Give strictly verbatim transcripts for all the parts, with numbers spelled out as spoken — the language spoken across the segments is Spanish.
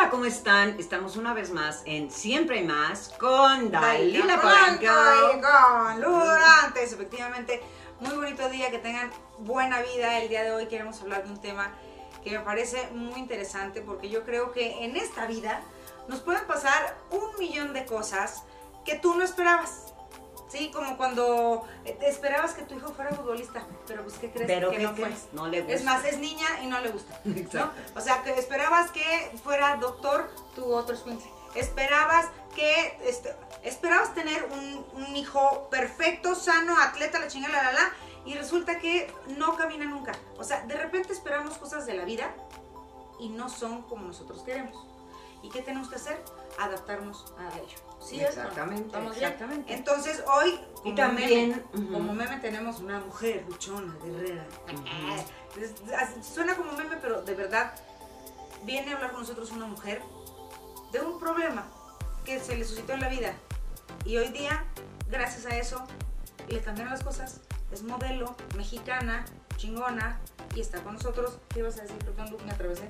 Hola, ¿cómo están? Estamos una vez más en Siempre hay Más con Dalila Polanco Polanco y con Lurantes. Efectivamente, muy bonito día, que tengan buena vida. El día de hoy queremos hablar de un tema que me parece muy interesante, porque yo creo que en esta vida nos pueden pasar un millón de cosas que tú no esperabas. Sí, como cuando te esperabas que tu hijo fuera futbolista, pero pues ¿qué crees? Pero que ¿qué no crees? fue. No le gusta. Es más, es niña y no le gusta, ¿no? Exacto. O sea, que esperabas que fuera doctor tu otro escuincle. Esperabas que, este, esperabas tener un, un hijo perfecto, sano, atleta, la chingada, la, la, la, y resulta que no camina nunca. O sea, de repente esperamos cosas de la vida y no son como nosotros queremos. ¿Y qué tenemos que hacer? Adaptarnos a ello. ¿Sí? Exactamente, ¿Estamos exactamente. bien? Entonces hoy, como, Y también, meme, uh-huh. como meme tenemos una mujer luchona, guerrera. Uh-huh. es, es, suena como meme, pero de verdad viene a hablar con nosotros una mujer de un problema que se le suscitó en la vida. Y hoy día, gracias a eso, le cambiaron las cosas. Es modelo, mexicana, chingona, y está con nosotros. ¿Qué ibas a decir? Creo que me atravesé.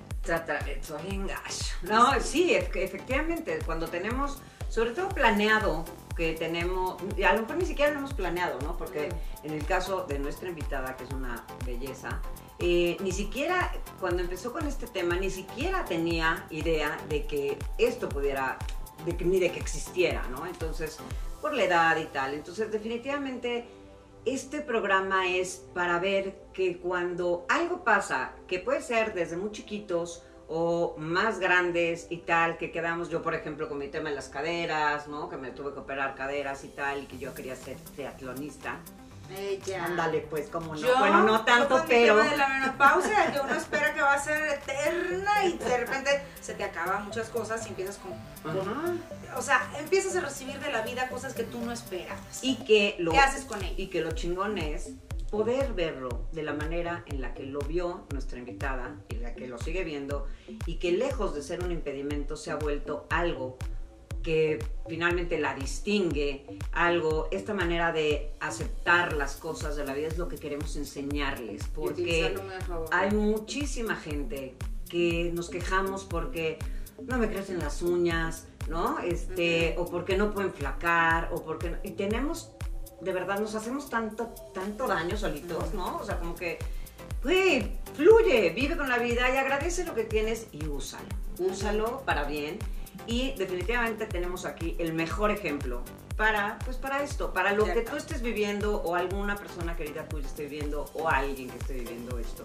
Soy engacho. No, sí, efectivamente, cuando tenemos, sobre todo planeado, que tenemos, a lo mejor ni siquiera lo hemos planeado, ¿no? Porque en el caso de nuestra invitada, que es una belleza, eh, ni siquiera, cuando empezó con este tema, ni siquiera tenía idea de que esto pudiera, de que, ni de que existiera, ¿no? Entonces, por la edad y tal. Entonces, definitivamente, este programa es para ver que cuando algo pasa, que puede ser desde muy chiquitos o más grandes y tal, que quedamos, yo por ejemplo con mi tema de las caderas, ¿no? Que me tuve que operar caderas y tal, y que yo quería ser triatlonista. Ella. Ándale, pues, como no. Yo, bueno, no tanto, yo con pero... Mi tema de la menopausia, que uno espera que va a ser eterna y de repente se te acaban muchas cosas y empiezas con... con o sea, empiezas a recibir de la vida cosas que tú no esperabas. Y que lo, ¿Qué haces con ello? Y que lo chingón es poder verlo de la manera en la que lo vio nuestra invitada y la que lo sigue viendo, y que lejos de ser un impedimento se ha vuelto algo que finalmente la distingue, algo, esta manera de aceptar las cosas de la vida es lo que queremos enseñarles, porque hay muchísima gente que nos quejamos porque no me crecen las uñas, ¿no? Este, uh-huh. O porque no pueden flacar, o porque no, y tenemos, de verdad, nos hacemos tanto, tanto daño solitos, ¿no? O sea, como que, güey, fluye, vive con la vida y agradece lo que tienes y úsalo, úsalo para bien. Y definitivamente tenemos aquí el mejor ejemplo para, pues para esto, para lo que tú estés viviendo, o alguna persona querida tuya esté viviendo, o alguien que esté viviendo esto.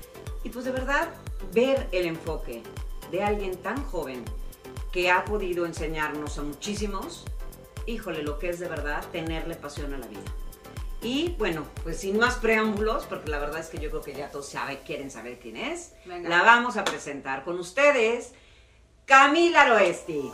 Y pues de verdad, ver el enfoque de alguien tan joven que ha podido enseñarnos a muchísimos, híjole, lo que es de verdad tenerle pasión a la vida. Y bueno, pues sin más preámbulos, porque la verdad es que yo creo que ya todos saben, quieren saber quién es, Venga. La vamos a presentar con ustedes, Camila Loesti.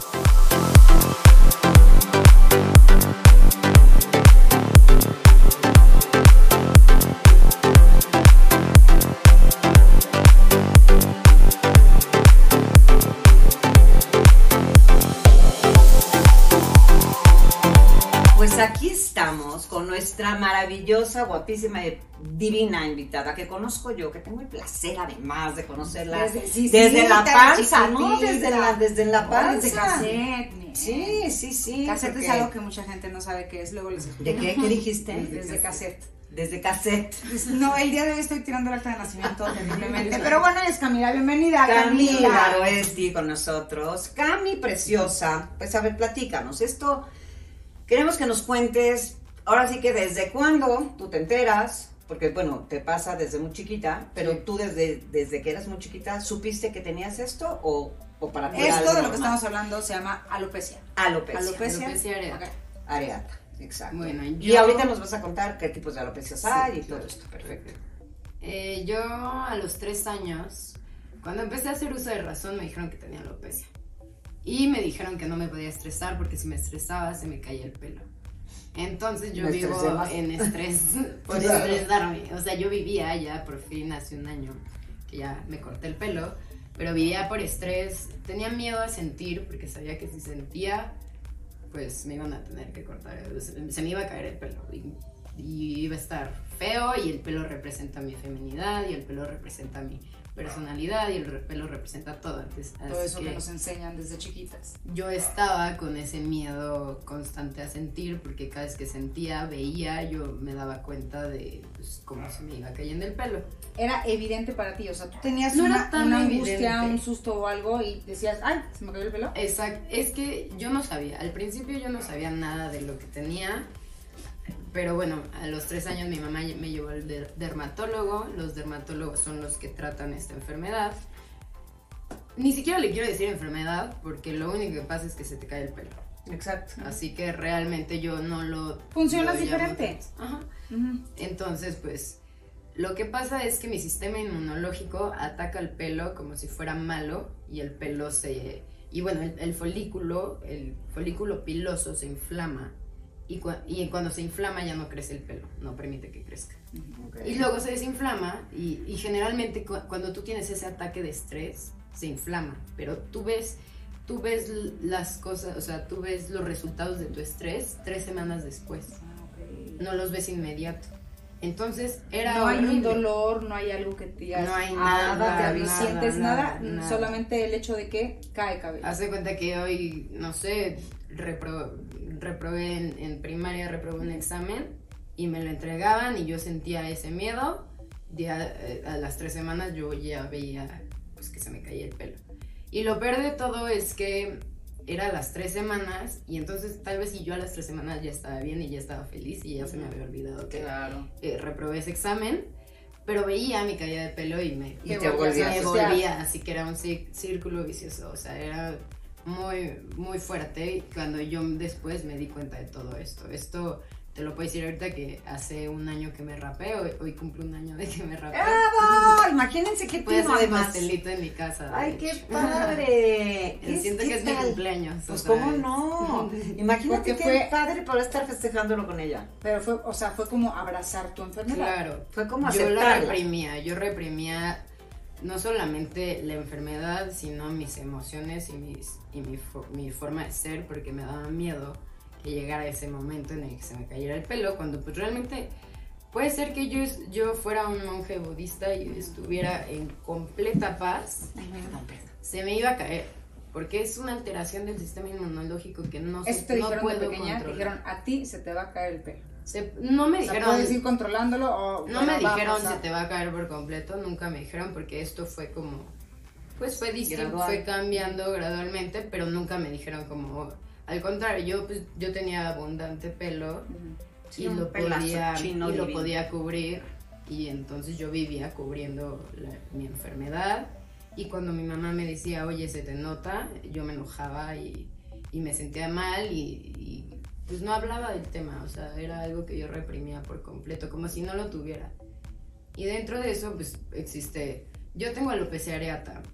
Pues aquí estamos con nuestra maravillosa, guapísima y divina invitada que conozco yo, que tengo el placer además de conocerla desde, sí, desde sí, la panza, ¿no? Desde la, desde la panza. Desde cassette. Sí, sí, sí. Cassette porque... es algo que mucha gente no sabe qué es, luego les explico. ¿De qué? ¿Qué dijiste? Desde cassette. Desde cassette. No, el día de hoy estoy tirando el acta de nacimiento terriblemente. Pero bueno, es Camila, bienvenida. Camila, Camila Loesti con nosotros. Cami, preciosa. Pues a ver, platícanos. Esto... Queremos que nos cuentes, ahora sí que desde cuándo tú te enteras, porque bueno, te pasa desde muy chiquita, pero sí. Tú desde, desde que eras muy chiquita, ¿supiste que tenías esto o, o para ti? Esto de lo que estamos hablando se llama alopecia. Alopecia. Alopecia, alopecia areata. Okay. Areata, exacto. Bueno, yo... Y ahorita nos vas a contar qué tipos de alopecias sí, hay y todo esto, perfecto. Eh, yo a los tres años, cuando empecé a hacer uso de razón, me dijeron que tenía alopecia. Y me dijeron que no me podía estresar porque si me estresaba se me caía el pelo. Entonces yo vivo en estrés por estresarme. O sea, yo vivía ya, por fin hace un año que ya me corté el pelo, pero vivía por estrés. Tenía miedo a sentir porque sabía que si sentía, pues me iban a tener que cortar. Se me iba a caer el pelo y, y iba a estar feo, y el pelo representa mi feminidad y el pelo representa mi personalidad y el pelo representa todo. Entonces, todo eso que, que nos enseñan desde chiquitas. Yo estaba con ese miedo constante a sentir, porque cada vez que sentía, veía, yo me daba cuenta de pues, cómo se me iba cayendo el pelo. Era evidente para ti, o sea, tú tenías no una, una angustia, evidente. un susto o algo y decías, ay, ¿se me cayó el pelo? Exacto, es que yo no sabía, al principio yo no sabía nada de lo que tenía. Pero bueno, a los tres años mi mamá me llevó al dermatólogo. Los dermatólogos son los que tratan esta enfermedad. Ni siquiera le quiero decir enfermedad, porque lo único que pasa es que se te cae el pelo. Exacto. Así que realmente yo no lo... Funciona lo diferente. Ajá. Uh-huh. Entonces, pues, lo que pasa es que mi sistema inmunológico ataca el pelo como si fuera malo, y el pelo se... Y bueno, el, el folículo, el folículo piloso se inflama. Y, cu y cuando se inflama ya no crece el pelo, no permite que crezca. Okay. Y luego se desinflama y, y generalmente cu cuando tú tienes ese ataque de estrés, se inflama. Pero tú ves, tú ves las cosas, o sea, tú ves los resultados de tu estrés tres semanas después. Okay. No los ves inmediato. Entonces era No horrible. hay un dolor, no hay algo que te digas. No hay nada, nada, te nada, sientes nada, nada, nada, solamente el hecho de que cae cabello. Haz de cuenta que hoy, no sé, repro reprobé en, en primaria, reprobé un examen y me lo entregaban y yo sentía ese miedo. Ya, a las tres semanas yo ya veía pues que se me caía el pelo. Y lo peor de todo es que era a las tres semanas y entonces tal vez si yo a las tres semanas ya estaba bien y ya estaba feliz y ya se me había olvidado que claro. eh, reprobé ese examen, pero veía mi caída de pelo y me, y te volvía, me volvía, así que era un círculo vicioso, o sea, era muy, muy fuerte cuando yo después me di cuenta de todo esto. Esto te lo puedo decir ahorita que hace un año que me rapé, hoy, hoy cumplo un año de que me rapé. ¡Bravo! Imagínense qué Puedes tino, hacer un además. pastelito en mi casa. ¡Ay, qué padre! ¿Qué, Siento que es tal? mi cumpleaños. Pues, ¿cómo no? Imagínate qué fue padre poder estar festejándolo con ella. Pero fue, o sea, fue como abrazar tu enfermedad. Claro. Fue como Yo aceptarla. la reprimía, yo reprimía no solamente la enfermedad, sino mis emociones y, mis, y mi, mi forma de ser, porque me daba miedo que llegara ese momento en el que se me cayera el pelo, cuando pues realmente puede ser que yo, yo fuera un monje budista y estuviera en completa paz, se me iba a caer, porque es una alteración del sistema inmunológico que no, Eso se, te no dijeron puedo de pequeña, controlar. dijeron, a ti se te va a caer el pelo. Se, no me o sea, dijeron... puedes ir controlándolo o... No me dijeron se te va a caer por completo, nunca me dijeron, porque esto fue como... Pues fue distinto, Gradual. fue cambiando gradualmente, pero nunca me dijeron como... Al contrario, yo pues yo tenía abundante pelo uh-huh. y, sí, lo podía, chino y lo divino. podía cubrir, y entonces yo vivía cubriendo la, mi enfermedad, y cuando mi mamá me decía, oye, se te nota, yo me enojaba y, y me sentía mal y, y pues no hablaba del tema, o sea, era algo que yo reprimía por completo, como si no lo tuviera. Y dentro de eso pues existe, yo tengo alopecia areata.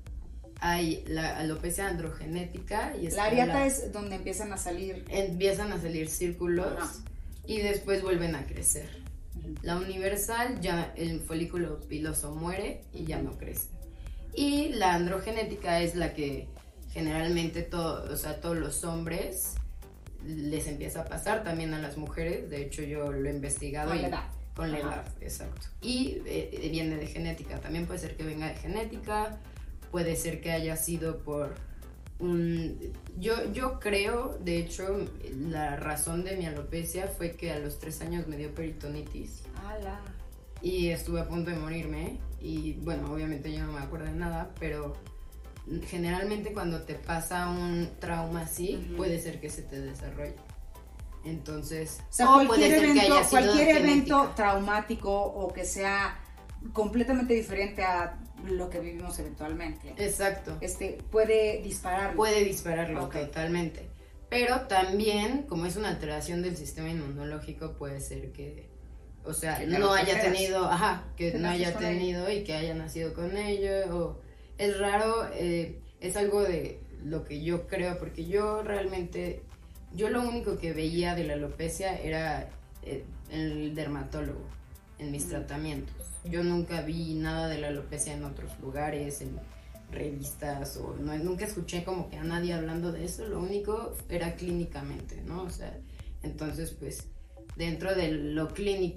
Hay la alopecia androgenética y la areata la, es donde empiezan a salir empiezan a salir círculos. Ajá. Y después vuelven a crecer. Uh-huh. La universal, ya el folículo piloso muere y ya no crece. Y la androgenética es la que generalmente todo, o sea, todos los hombres les empieza a pasar, también a las mujeres. De hecho yo lo he investigado. Con y, la edad. Con la edad, exacto. Y eh, viene de genética, también puede ser que venga de genética. Puede ser que haya sido por un... Yo, yo creo, de hecho, la razón de mi alopecia fue que a los tres años me dio peritonitis. ¡Hala! Y estuve a punto de morirme. Y bueno, obviamente yo no me acuerdo de nada, pero generalmente cuando te pasa un trauma así, uh-huh. puede ser que se te desarrolle. Entonces, o sea, o puede ser evento, que haya sido cualquier evento genética. traumático o que sea completamente diferente a lo que vivimos eventualmente. Exacto. Este, puede dispararlo. Puede dispararlo, okay. totalmente. Pero también, como es una alteración del sistema inmunológico, puede ser que, o sea, que no haya tenido, ajá, que ¿Te no haya tenido ella? y que haya nacido con ello. O, es raro, eh, es algo de lo que yo creo, porque yo realmente, yo lo único que veía de la alopecia era eh, el dermatólogo en mis mm. tratamientos. Yo nunca vi nada de la alopecia en otros lugares, en revistas, o no, nunca escuché como que a nadie hablando de eso, lo único era clínicamente, ¿no? O sea, entonces pues dentro de lo clínico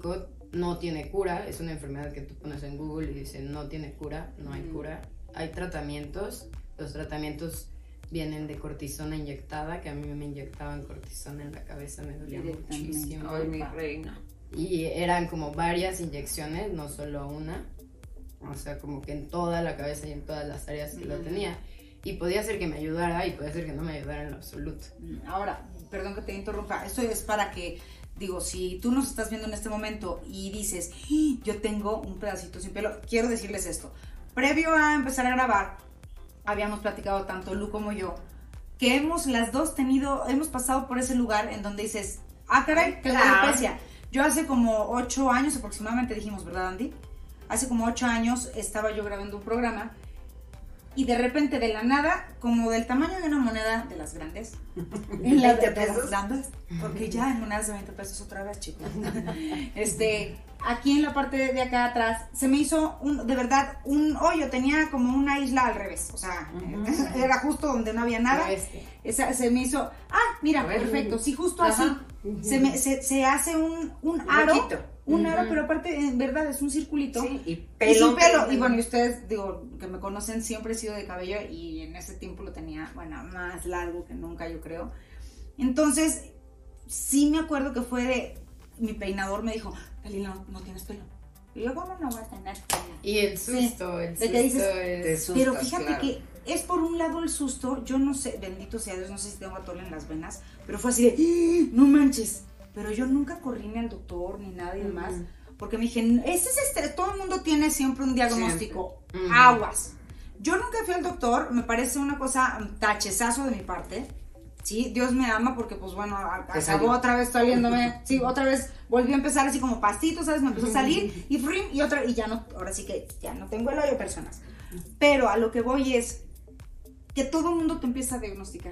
no tiene cura, es una enfermedad que tú pones en Google y dice no tiene cura, no hay cura. Hay tratamientos, los tratamientos vienen de cortisona inyectada, que a mí me inyectaban cortisona en la cabeza, me dolía muchísimo. Ay, mi reina. Y eran como varias inyecciones, no solo una, o sea, como que en toda la cabeza y en todas las áreas que lo tenía. Y podía ser que me ayudara y podía ser que no me ayudara en lo absoluto. Ahora, perdón que te interrumpa, esto es para que, digo, si tú nos estás viendo en este momento y dices, ¡Ah! Yo tengo un pedacito sin pelo, quiero decirles esto. Previo a empezar a grabar, habíamos platicado tanto Lu como yo, que hemos las dos tenido, hemos pasado por ese lugar en donde dices, ah, caray, que la alopecia. Yo hace como ocho años aproximadamente, dijimos, ¿verdad, Andy? Hace como ocho años estaba yo grabando un programa y de repente, de la nada, como del tamaño de una moneda de las grandes, en la de, de las grandes, porque ya en monedas de veinte pesos otra vez, chicos. Este, aquí en la parte de acá atrás, se me hizo, un, de verdad, un hoyo, tenía como una isla al revés, o sea, uh-huh. Era justo donde no había nada. Esa, se me hizo, ah, mira, perfecto, sí, justo Ajá. así, uh-huh. se, me, se, se hace un, un aro. Loquito. Un aro, uh-huh. pero aparte, en verdad, es un circulito. Sí, y pelo. Y sin pelo. Y bueno, y ustedes, digo, que me conocen, siempre he sido de cabello y en ese tiempo lo tenía, bueno, más largo que nunca, yo creo. Entonces, sí me acuerdo que fue de, mi peinador me dijo, Dalila, no, no tienes pelo. Y yo, ¿cómo no voy a tener pelo? Y el susto, sí, el susto de que dices, es... Sustas, pero fíjate claro. que es por un lado el susto, yo no sé, bendito sea Dios, no sé si tengo atole en las venas, pero fue así de, ¡Ah! No manches. Pero yo nunca corrí ni al doctor ni nada y demás, uh-huh. porque me dije, ese es estrés, todo el mundo tiene siempre un diagnóstico, uh-huh. aguas. Yo nunca fui al doctor, me parece una cosa tachezazo de mi parte, sí, Dios me ama porque pues bueno, acabó otra vez saliéndome, sí, otra vez volví a empezar así como pastito, ¿sabes? Me empezó a salir y frim, y otra, y ya no, ahora sí que ya no tengo el hoyo, personas. Pero a lo que voy es que todo el mundo te empieza a diagnosticar.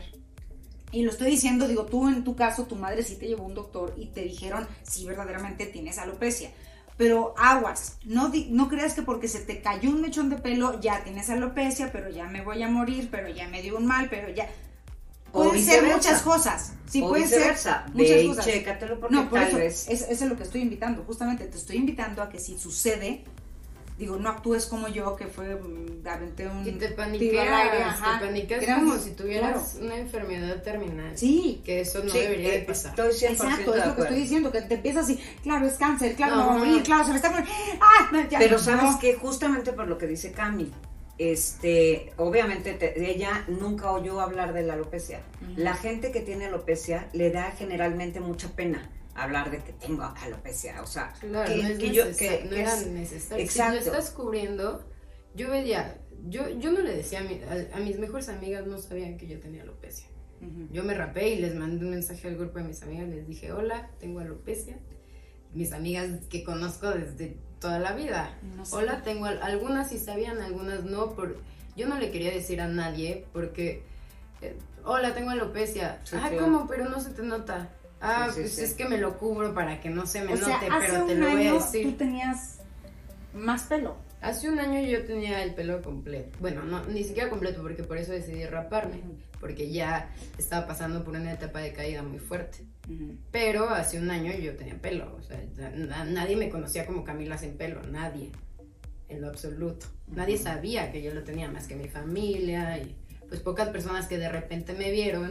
Y lo estoy diciendo, digo, tú en tu caso, tu madre sí te llevó a un doctor y te dijeron, sí, verdaderamente tienes alopecia. Pero aguas, no, di, no creas que porque se te cayó un mechón de pelo, ya tienes alopecia, pero ya me voy a morir, pero ya me dio un mal, pero ya... Pueden ser muchas cosas. Sí, o pueden viceversa. ser muchas Ve cosas. Chécatelo porque no, por tal eso, vez... Es, eso es lo que estoy invitando, justamente, te estoy invitando a que si sucede... Digo, no actúes como yo, que fue, aventé un... Y te paniqueas, aire, ajá, te panicas como si tuvieras claro. una enfermedad terminal. Sí. Que eso no sí, debería eh, de pasar. Estoy cien por ciento Exacto, es lo que estoy diciendo, que te empiezas así, claro, es cáncer, claro, no, me va a morir, claro, se me está muriendo, ¡ah! Ya, pero sabes no. que justamente por lo que dice Cami, este, obviamente te, ella nunca oyó hablar de la alopecia. Uh-huh. La gente que tiene alopecia le da generalmente mucha pena hablar de que tengo alopecia, o sea, claro, que, no es que yo, que, que, no que era es, necesario. Exacto. Si lo estás cubriendo, yo veía, yo, yo no le decía a, mi, a, a mis mejores amigas, no sabían que yo tenía alopecia. Uh-huh. Yo me rapé y les mandé un mensaje al grupo de mis amigas, les dije, hola, tengo alopecia. Mis amigas que conozco desde toda la vida, no sé. Hola, tengo, algunas sí sabían, algunas no, por, yo no le quería decir a nadie porque, eh, hola, tengo alopecia. Sí, ah, claro. ¿Cómo? Pero no se te nota. Ah, sí, sí, pues sí. Es que me lo cubro para que no se me o note, sea, pero te lo voy a decir. Tú tenías más pelo. Hace un año yo tenía el pelo completo. Bueno, no, ni siquiera completo, porque por eso decidí raparme. Uh-huh. Porque ya estaba pasando por una etapa de caída muy fuerte. Uh-huh. Pero hace un año yo tenía pelo. O sea, na- nadie me conocía como Camila sin pelo. Nadie. En lo absoluto. Uh-huh. Nadie sabía que yo lo tenía más que mi familia. Y pues pocas personas que de repente me vieron.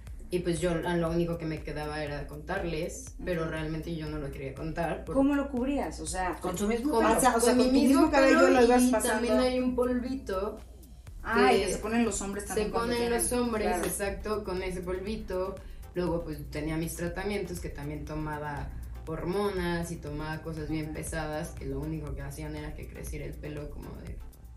Y pues yo lo único que me quedaba era contarles, pero realmente yo no lo quería contar. Por... ¿Cómo lo cubrías? O sea, con tu mismo con, pelo. O sea, con, con mi mismo, mismo cabello lo ibas pasando. Y también hay un polvito. Ah, que, que se ponen los hombres también. Se ponen los hombres, claro. Exacto, con ese polvito. Luego pues tenía mis tratamientos, que también tomaba hormonas y tomaba cosas bien pesadas, que lo único que hacían era que creciera el pelo como de...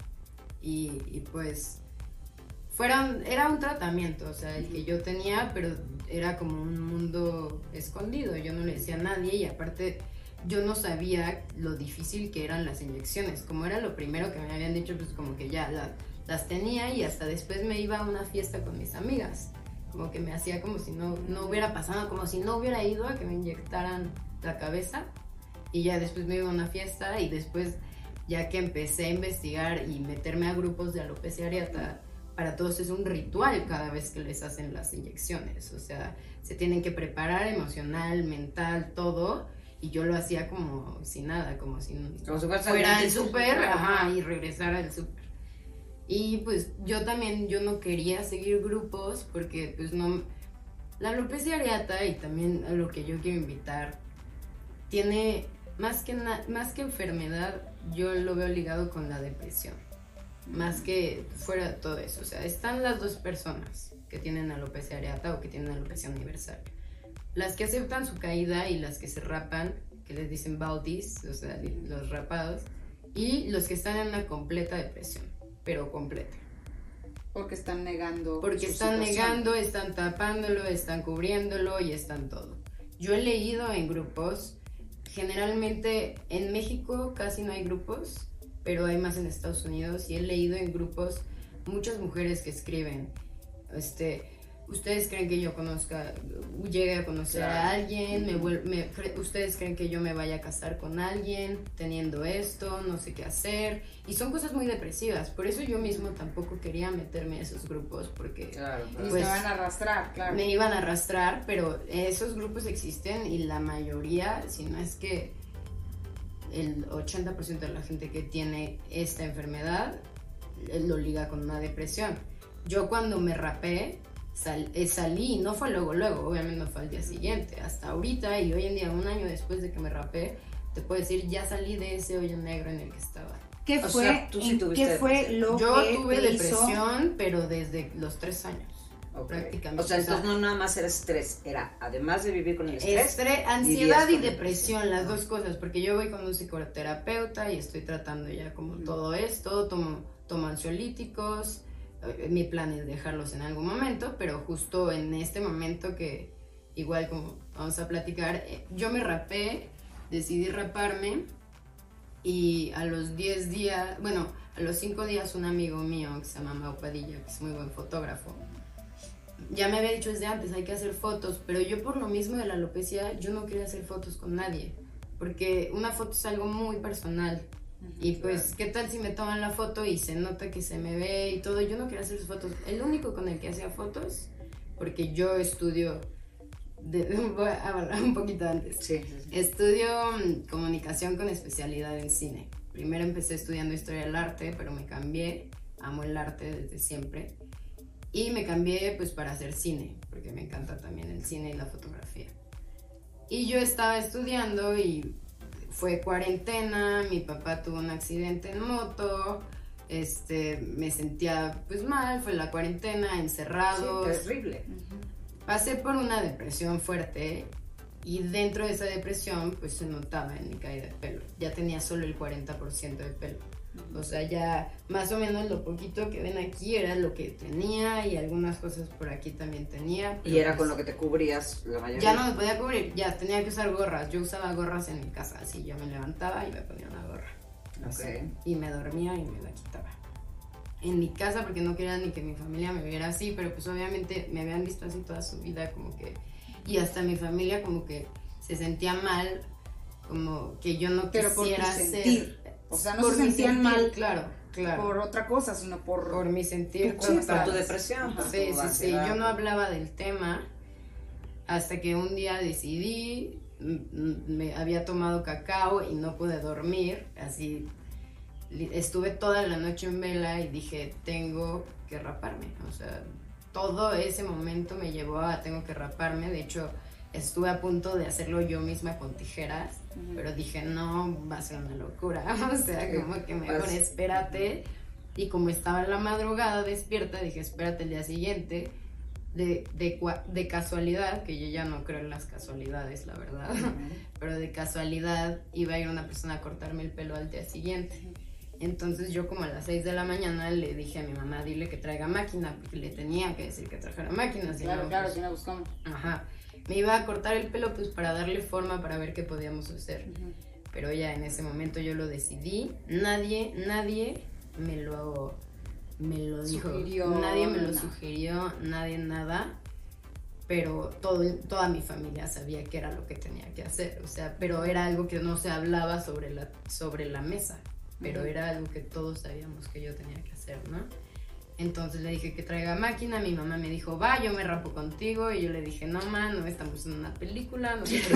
Y, y pues... Fueron, era un tratamiento, o sea, el que yo tenía, pero era como un mundo escondido, yo no le decía a nadie y aparte yo no sabía lo difícil que eran las inyecciones, como era lo primero que me habían dicho, pues como que ya la, las tenía y hasta después me iba a una fiesta con mis amigas, como que me hacía como si no, no hubiera pasado, como si no hubiera ido a que me inyectaran la cabeza y ya después me iba a una fiesta y después ya que empecé a investigar y meterme a grupos de alopecia areata, para todos es un ritual cada vez que les hacen las inyecciones, o sea, se tienen que preparar emocional, mental, todo, y yo lo hacía como sin nada, como si, como si fuera al súper, ajá, y regresara al súper. Y pues yo también, yo no quería seguir grupos porque pues no, la alopecia areata y también a lo que yo quiero invitar, tiene más que, na, más que enfermedad, yo lo veo ligado con la depresión, más que fuera de todo eso. O sea, están las dos personas que tienen alopecia areata o que tienen alopecia universal. Las que aceptan su caída y las que se rapan, que les dicen baldis, o sea, los rapados, y los que están en una completa depresión, pero completa. Porque están negando. Porque su están situación. negando, están tapándolo, están cubriéndolo y están todo. Yo he leído en grupos, generalmente en México casi no hay grupos, pero hay más en Estados Unidos, y he leído en grupos muchas mujeres que escriben, este... ¿Ustedes creen que yo conozca, llegue a conocer claro. a alguien? Me, me, ¿Ustedes creen que yo me vaya a casar con alguien teniendo esto? No sé qué hacer. Y son cosas muy depresivas. Por eso yo mismo tampoco quería meterme a esos grupos, porque claro, pues, pues, me van a arrastrar, claro. Me iban a arrastrar, pero esos grupos existen y la mayoría, si no es que el ochenta por ciento de la gente que tiene esta enfermedad lo liga con una depresión. Yo cuando me rapé, Sal, eh, salí, no fue luego, luego, obviamente no fue al día siguiente, hasta ahorita y hoy en día, un año después de que me rapé, te puedo decir, ya salí de ese hoyo negro en el que estaba. ¿Qué o fue, sea, ¿tú sí ¿qué fue lo Yo que tuve te depresión, hizo? pero desde los tres años, okay. prácticamente. O sea, entonces no nada más era estrés, era además de vivir con el estrés. Estrés, ansiedad y depresión, las dos cosas, porque yo voy con un psicoterapeuta y estoy tratando ya como mm. todo esto, tomo, tomo ansiolíticos. Mi plan es dejarlos en algún momento, pero justo en este momento que igual como vamos a platicar, yo me rapé, decidí raparme y a los diez días, bueno, a los cinco días un amigo mío que se llama Mau Padilla, que es muy buen fotógrafo, ya me había dicho desde antes, hay que hacer fotos, pero yo por lo mismo de la alopecia, yo no quería hacer fotos con nadie, porque una foto es algo muy personal. Y pues, ¿qué tal si me toman la foto y se nota que se me ve y todo? Yo no quería hacer fotos. El único con el que hacía fotos, porque yo estudio, de, voy a hablar un poquito antes. Sí, sí, sí. Estudio um, comunicación con especialidad en cine. Primero empecé estudiando historia del arte, pero me cambié. Amo el arte desde siempre. Y me cambié pues para hacer cine, porque me encanta también el cine y la fotografía. Y yo estaba estudiando y fue cuarentena, mi papá tuvo un accidente en moto, este, me sentía pues mal, fue la cuarentena, encerrados. Sí, terrible. Pasé por una depresión fuerte y dentro de esa depresión pues se notaba en mi caída de pelo. Ya tenía solo el cuarenta por ciento de pelo. O sea, ya más o menos lo poquito que ven aquí era lo que tenía y algunas cosas por aquí también tenía. Y era pues, con lo que te cubrías la mayoría. Ya no me podía cubrir, ya tenía que usar gorras. Yo usaba gorras en mi casa, así yo me levantaba y me ponía una gorra. Así, okay. Y me dormía y me la quitaba. En mi casa porque no quería ni que mi familia me viera así, pero pues obviamente me habían visto así toda su vida como que... Y hasta mi familia como que se sentía mal, como que yo no pero quisiera por tu ser... sentir. O sea, no por se sentían sentir, mal claro, claro. por otra cosa, sino por... Por mi sentir. Sí, por tu depresión. Por Sí, tu sí, sí. ansiedad. Yo no hablaba del tema hasta que un día decidí, me había tomado cacao y no pude dormir, así estuve toda la noche en vela y dije, tengo que raparme. O sea, todo ese momento me llevó a tengo que raparme. De hecho, estuve a punto de hacerlo yo misma con tijeras, uh-huh. pero dije, no, va a ser una locura. O sea, como que mejor pues, espérate. Y como estaba en la madrugada despierta, dije, espérate el día siguiente. De, de, de casualidad, que yo ya no creo en las casualidades, la verdad, uh-huh. pero de casualidad iba a ir una persona a cortarme el pelo al día siguiente. Uh-huh. Entonces yo como a las seis de la mañana le dije a mi mamá, dile que traiga máquina, porque le tenía que decir que trajera máquina. Si claro, no, claro, pues, si no buscamos. Ajá. Me iba a cortar el pelo pues para darle forma, para ver qué podíamos hacer. Uh-huh. Pero ya en ese momento yo lo decidí. Nadie, nadie me lo, me lo dijo. Sugirió, nadie me lo no. sugirió, nadie nada. Pero todo, toda mi familia sabía que era lo que tenía que hacer. O sea, pero era algo que no se hablaba sobre la, sobre la mesa. Pero uh-huh. era algo que todos sabíamos que yo tenía que hacer, ¿no? Entonces le dije que traiga máquina, mi mamá me dijo, va, yo me rapo contigo, y yo le dije, no, ma, no estamos en una película, no sé qué.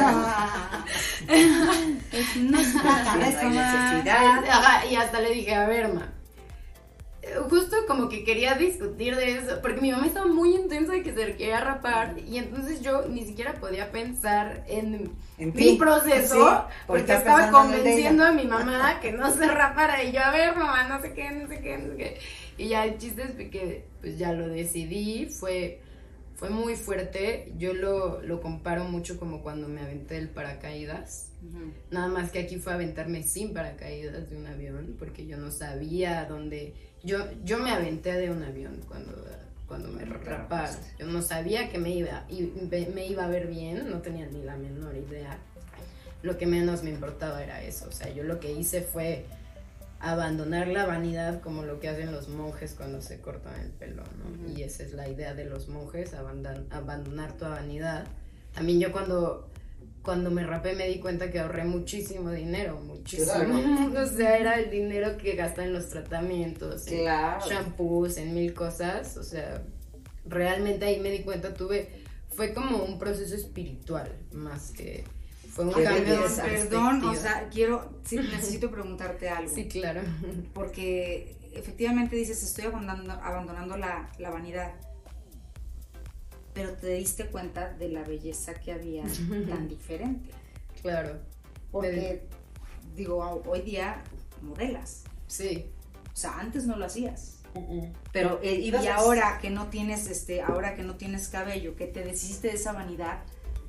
No se trata de eso, No hay ma. necesidad. Ajá, y hasta le dije, a ver, ma, justo como que quería discutir de eso, porque mi mamá estaba muy intensa de que se quería rapar, y entonces yo ni siquiera podía pensar en, En mi ti. proceso, Sí, porque estás estaba pensando en el de convenciendo ella. a mi mamá que no se rapara, y yo, a ver, mamá, no sé qué, no sé qué, no sé qué. Y ya el chiste es que pues ya lo decidí, fue, fue muy fuerte, yo lo, lo comparo mucho como cuando me aventé el paracaídas. Ujú. Nada más que aquí fue aventarme sin paracaídas de un avión, porque yo no sabía dónde. Yo, yo me aventé de un avión cuando, cuando me raparon. Yo no sabía que me iba, y me iba a ver bien, no tenía ni la menor idea. Lo que menos me importaba era eso. O sea, yo lo que hice fue abandonar la vanidad, como lo que hacen los monjes cuando se cortan el pelo, ¿no? Uh-huh. Y esa es la idea de los monjes, abandan, abandonar tu vanidad. También yo cuando. Cuando me rapé me di cuenta que ahorré muchísimo dinero, muchísimo. Claro. O sea, era el dinero que gastaba en los tratamientos, en Claro. shampoos, en mil cosas. O sea, realmente ahí me di cuenta, tuve, fue como un proceso espiritual, más que fue un Qué cambio de belleza. Perdón, o perspectiva. sea, quiero, sí, necesito preguntarte algo. Sí, claro. Porque efectivamente dices, estoy abandonando, abandonando la, la vanidad. Pero te diste cuenta de la belleza que había tan diferente. Claro, Porque, digo, hoy día modelas. sí. O sea, antes no lo hacías. Pero eh, ibas Y a- ahora que no tienes, este, ahora que no tienes cabello, que te deshiciste de esa vanidad,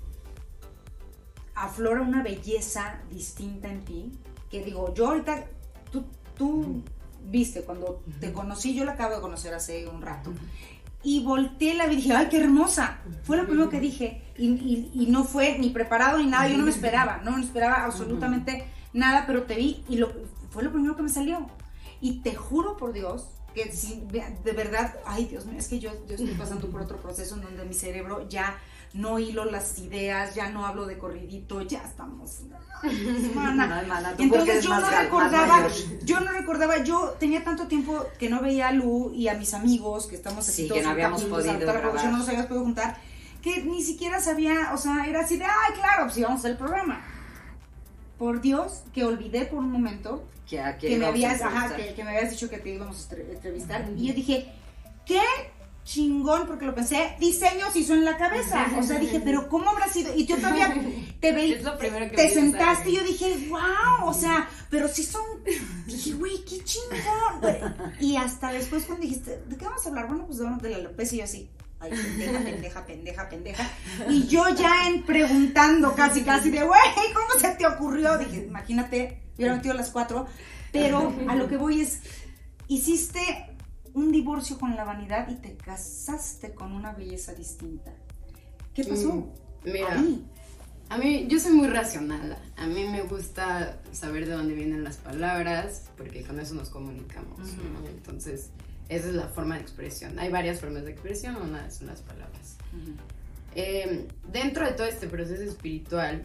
aflora una belleza distinta en ti. Que digo, yo ahorita, tú, tú viste, cuando te conocí, yo la acabo de conocer hace un rato. Y volteé la vi y dije, ¡ay, qué hermosa! Fue lo primero que dije. Y, y, y no fue ni preparado ni nada, yo no me esperaba, no me esperaba absolutamente nada, pero te vi y lo, fue lo primero que me salió. Y te juro por Dios que si, de verdad, ay Dios mío, es que yo, yo estoy pasando por otro proceso en donde mi cerebro ya no hilo las ideas, ya no hablo de corridito, ya estamos. Mana. Ay, mana, tú porque Entonces eres yo más no gal- más recordaba, mayor. yo no recordaba, yo tenía tanto tiempo que no veía a Lu y a mis amigos que estamos aquí Sí, todos que no habíamos juntos, podido a toda la producción, grabar. no nos habíamos podido juntar, que ni siquiera sabía, o sea, era así de, ay, claro, pues íbamos a hacer el programa. Por Dios, que olvidé por un momento Que, a quién que me, vamos a habías, ajá, entrevistar. que, que me habías dicho que te íbamos a entre- entrevistar. Y yo dije, ¿qué? Chingón, porque lo pensé, diseños hizo en la cabeza. O sea, dije, pero ¿cómo habrá sido? Y yo todavía te veí, Es lo primero que te me dices, sentaste ¿sabes? y yo dije, wow, o sea, pero sí son, dije, güey, qué chingón, güey. Y hasta después cuando dijiste, ¿de qué vamos a hablar? Bueno, pues de, de la alopecia y yo así, ay, pendeja, pendeja, pendeja, pendeja. Y yo ya en preguntando casi, casi de, güey, ¿cómo se te ocurrió? Dije, imagínate, hubiera metido las cuatro. Pero a lo que voy es, hiciste un divorcio con la vanidad y te casaste con una belleza distinta. ¿Qué pasó? Mm, Mira, Ahí. a mí, yo soy muy racional. A mí me gusta saber de dónde vienen las palabras, porque con eso nos comunicamos, Ujú. ¿no? Entonces, esa es la forma de expresión. Hay varias formas de expresión, una son las palabras. Ujú. Eh, dentro de todo este proceso espiritual,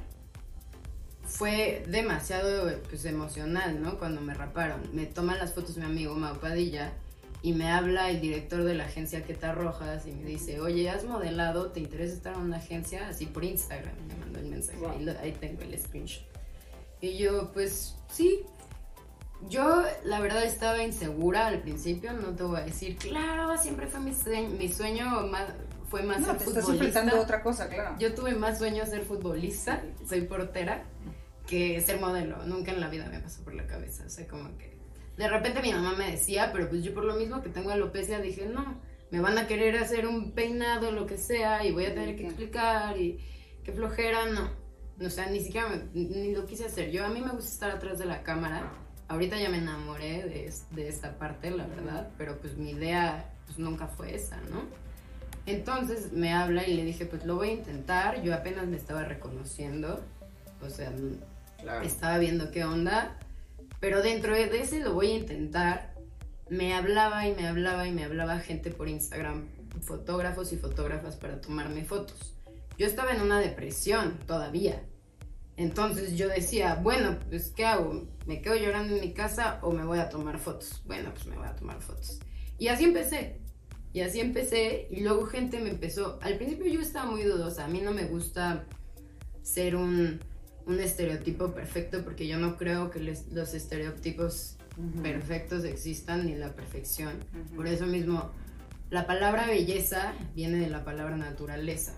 fue demasiado pues, emocional, ¿no? Cuando me raparon. Me toman las fotos mi amigo Mau Padilla y me habla el director de la agencia Queta Rojas y me dice, oye, ¿has modelado? ¿Te interesa estar en una agencia? Así por Instagram, me mandó el mensaje, Wow. ahí, lo- ahí tengo el screenshot. Y yo, pues, sí. Yo, la verdad, estaba insegura al principio, no te voy a decir, claro, siempre fue mi sueño, mi sueño más, fue más No, ser te estás futbolista. enfrentando a otra cosa, claro. Yo tuve más sueños ser futbolista, soy portera, que ser modelo. Nunca en la vida me pasó por la cabeza. O sea, como que de repente mi mamá me decía, pero pues yo por lo mismo que tengo alopecia dije, no, me van a querer hacer un peinado, lo que sea, y voy a tener que explicar, y qué flojera, no. O sea, ni siquiera me- ni lo quise hacer. Yo, a mí me gusta estar atrás de la cámara. Ahorita ya me enamoré de, es- de esta parte, la verdad, pero pues mi idea pues nunca fue esa, ¿no? Entonces me habla y le dije, pues lo voy a intentar. Yo apenas me estaba reconociendo, o sea, Claro. estaba viendo qué onda, pero dentro de ese lo voy a intentar. Me hablaba y me hablaba y me hablaba gente por Instagram, fotógrafos y fotógrafas para tomarme fotos. Yo estaba en una depresión todavía. Entonces yo decía, bueno, pues ¿qué hago? ¿Me quedo llorando en mi casa o me voy a tomar fotos? Bueno, pues me voy a tomar fotos. Y así empecé. Y así empecé y luego gente me empezó... Al principio yo estaba muy dudosa. A mí no me gusta ser un, un estereotipo perfecto porque yo no creo que les, los estereotipos uh-huh. perfectos existan ni la perfección. Uh-huh. Por eso mismo, la palabra belleza viene de la palabra naturaleza.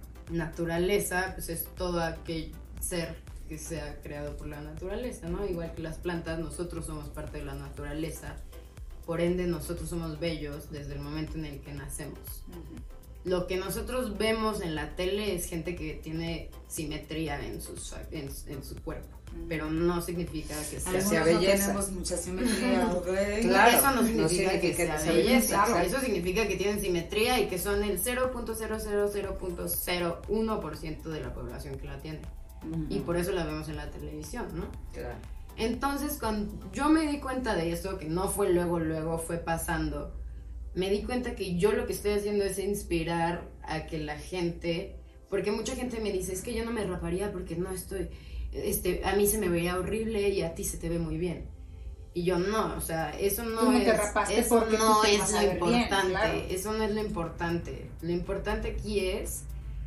Naturaleza, pues es todo aquel ser que sea creado por la naturaleza, ¿no? Igual que las plantas, nosotros somos parte de la naturaleza. Por ende, nosotros somos bellos desde el momento en el que nacemos. Uh-huh. Lo que nosotros vemos en la tele es gente que tiene simetría en, sus, en, en su cuerpo, uh-huh. pero no significa que sea, sea belleza. No tenemos mucha simetría, okay. Claro, eso no significa, no significa que, que sea, sea belleza. Claro. Eso significa que tienen simetría y que son el cero punto cero cero cero punto cero uno por ciento de la población que la tiene. Uh-huh. Y por eso la vemos en la televisión, ¿no? Claro. Entonces, cuando yo me di cuenta de eso, que no fue luego, luego fue pasando, me di cuenta que yo lo que estoy haciendo es inspirar a que la gente, porque mucha gente me dice, es que yo no me raparía porque no estoy, este, a mí se me vería horrible y a ti se te ve muy bien. Y yo no, o sea, eso no, tú no es, te rapaste eso porque no tú te es lo importante, bien, claro. Eso no es lo importante. Lo importante aquí es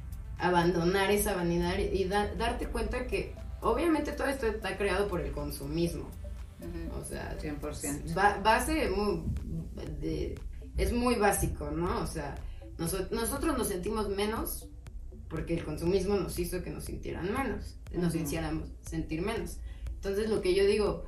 abandonar esa vanidad y da, darte cuenta que obviamente todo esto está creado por el consumismo. Uh-huh. O sea, cien por ciento. Va, base muy, de, es muy básico, ¿no? O sea, nos, nosotros nos sentimos menos porque el consumismo nos hizo que nos sintieran menos, nos uh-huh. hiciéramos sentir menos. Entonces lo que yo digo,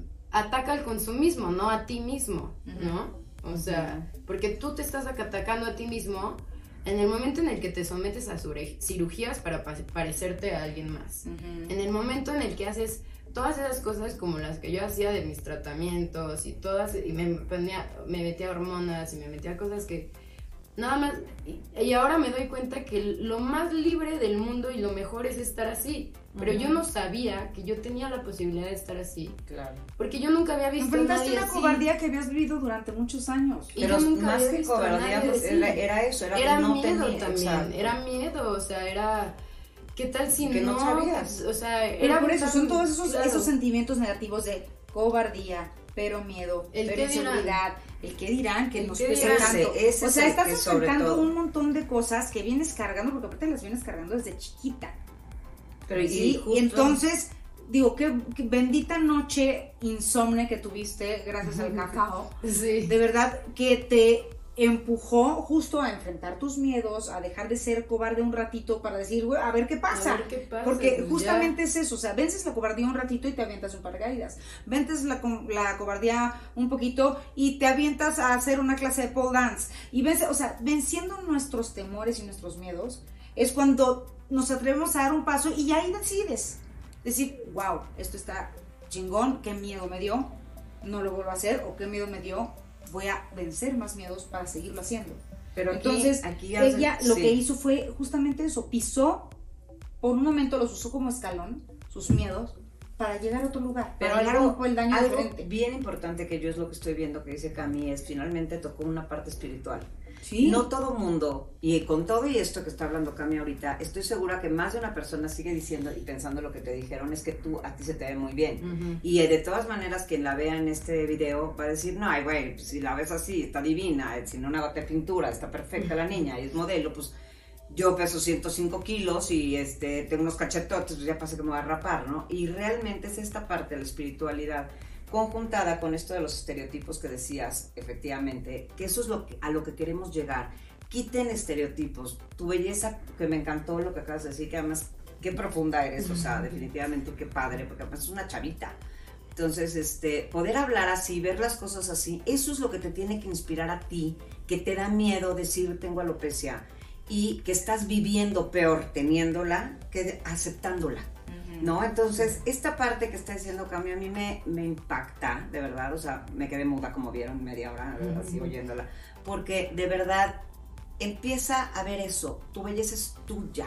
ataca al consumismo, no a ti mismo, uh-huh. ¿no? O sea, uh-huh. porque tú te estás atacando a ti mismo en el momento en el que te sometes a cirugías para parecerte a alguien más. Uh-huh. En el momento en el que haces todas esas cosas como las que yo hacía de mis tratamientos y todas, y me, ponía, me metía hormonas y me metía cosas que nada más, y, y ahora me doy cuenta que lo más libre del mundo y lo mejor es estar así. Pero uh-huh. yo no sabía que yo tenía la posibilidad de estar así. Claro. Porque yo nunca había visto enfrentaste a nadie una así. cobardía que habías vivido durante muchos años. Y pero yo nunca más había que visto cobardía, a nadie era, así. era eso, era, era que no miedo tenía, también, exacto. era miedo, o sea, era... ¿Qué tal si que no? no sabías. O sea, era por eso, son todos esos, claro. esos sentimientos negativos de cobardía, pero miedo, el pero inseguridad, el que dirán, que el nos qué pesa dirán. tanto. Ese, ese o sea, estás que enfrentando un montón de cosas que vienes cargando, porque aparte las vienes cargando desde chiquita. Pero y, ¿sí? justo... y entonces, digo, qué, qué bendita noche insomne que tuviste gracias al cacao. Sí. De verdad que te empujó justo a enfrentar tus miedos, a dejar de ser cobarde un ratito para decir, güey, a ver qué pasa. A ver qué pasa, porque pues justamente ya. es eso, o sea, vences la cobardía un ratito y te avientas un paracaídas. Vences la, la cobardía un poquito y te avientas a hacer una clase de pole dance. Y vences, o sea, venciendo nuestros temores y nuestros miedos, es cuando nos atrevemos a dar un paso y ahí decides. Decir, wow, esto está chingón, qué miedo me dio, no lo vuelvo a hacer, o qué miedo me dio, voy a vencer más miedos para seguirlo haciendo. Pero aquí, entonces, aquí ella hace, lo sí. que hizo fue justamente eso, pisó, por un momento los usó como escalón, sus miedos, para llegar a otro lugar, pero para llegar a algo, un peldaño algo diferente. bien importante que yo es lo que estoy viendo que dice Cami es finalmente tocó una parte espiritual. ¿Sí? No todo mundo, y con todo y esto que está hablando Cami ahorita, estoy segura que más de una persona sigue diciendo y pensando lo que te dijeron es que tú, a ti se te ve muy bien. Uh-huh. Y de todas maneras, quien la vea en este video va a decir, no, ay, güey, pues, si la ves así, está divina, sin una gota de pintura, está perfecta la niña, y es modelo, pues yo peso ciento cinco kilos y este, tengo unos cachetotes, pues ya pasé que me voy a rapar, ¿no? Y realmente es esta parte de la espiritualidad conjuntada con esto de los estereotipos que decías, efectivamente, que eso es lo que, a lo que queremos llegar. Quiten estereotipos. Tu belleza, que me encantó lo que acabas de decir, que además, qué profunda eres, o sea, definitivamente qué padre, porque además es una chavita. Entonces, este, poder hablar así, ver las cosas así, eso es lo que te tiene que inspirar a ti, que te da miedo decir tengo alopecia y que estás viviendo peor teniéndola que aceptándola. ¿No? Entonces, esta parte que está diciendo Cami a mí me, me impacta, de verdad, o sea, me quedé muda como vieron media hora, uh-huh. así oyéndola, porque de verdad empieza a ver eso, tu belleza es tuya,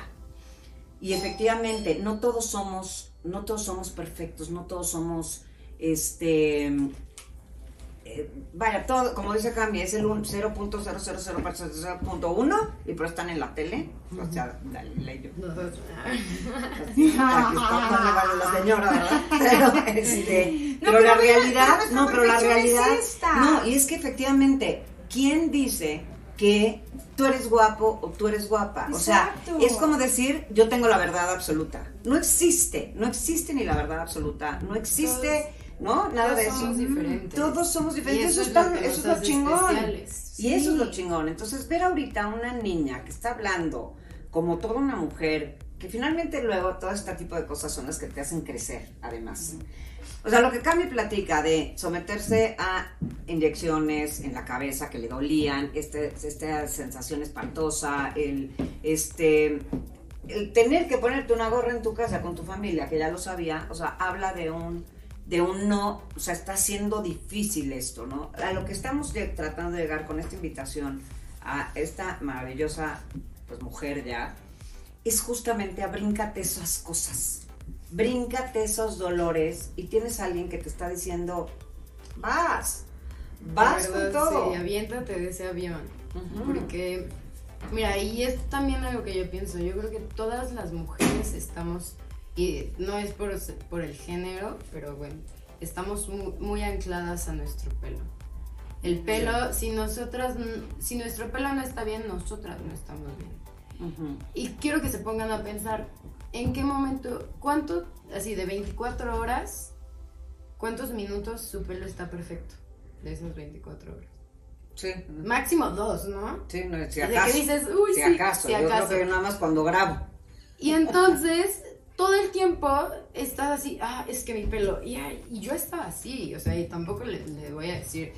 y efectivamente, no todos somos, no todos somos perfectos, no todos somos, este, eh, vaya, todo, como dice Cami, es el cero punto cero cero cero punto uno, y pero están en la tele, uh-huh. o sea, dale, ley yo. Aquí está, no me vale la señora, ¿verdad? Pero, este, no, pero, pero la mira, realidad, pero no, pero la realidad, es esta. no, y es que efectivamente, ¿quién dice que tú eres guapo o tú eres guapa? Exacto. O sea, es como decir, yo tengo la verdad absoluta. No existe, no existe ni la verdad absoluta, no existe, ¿no? Nada Todos de eso. somos diferentes. Todos somos Y diferentes, eso eso, es lo está- que eso es nos lo hace chingón. especiales. Y eso es Sí. lo chingón. Entonces, ver ahorita a una niña que está hablando como toda una mujer, que finalmente luego todo este tipo de cosas son las que te hacen crecer, además. O sea, lo que Cami platica de someterse a inyecciones en la cabeza que le dolían, este, esta sensación espantosa, el, este, el tener que ponerte una gorra en tu casa con tu familia, que ya lo sabía, o sea, habla de un, de un no, o sea, está siendo difícil esto, ¿no? A lo que estamos de- tratando de llegar con esta invitación a esta maravillosa, pues, mujer ya, es justamente a bríncate esas cosas. Bríncate esos dolores y tienes a alguien que te está diciendo, vas, vas De con verdad, todo. Sí, aviéntate de ese avión. Ujú. Porque, mira, y es también algo que yo pienso. Yo creo que todas las mujeres estamos, y no es por, por el género, pero bueno, estamos muy, muy ancladas a nuestro pelo. El pelo, si nosotras, si nuestro pelo no está bien, nosotras no estamos bien. Ujú. Y quiero que se pongan a pensar, ¿en qué momento, cuánto, así de veinticuatro horas, cuántos minutos su pelo está perfecto de esas veinticuatro horas? Sí. Máximo dos, ¿no? Sí, no, si De acaso. que dices, uy, si sí, acaso. si Yo acaso. creo que nada más cuando grabo. Y entonces, todo el tiempo estás así, ah, es que mi pelo, y, ay, y yo estaba así, o sea, y tampoco le, le voy a decir,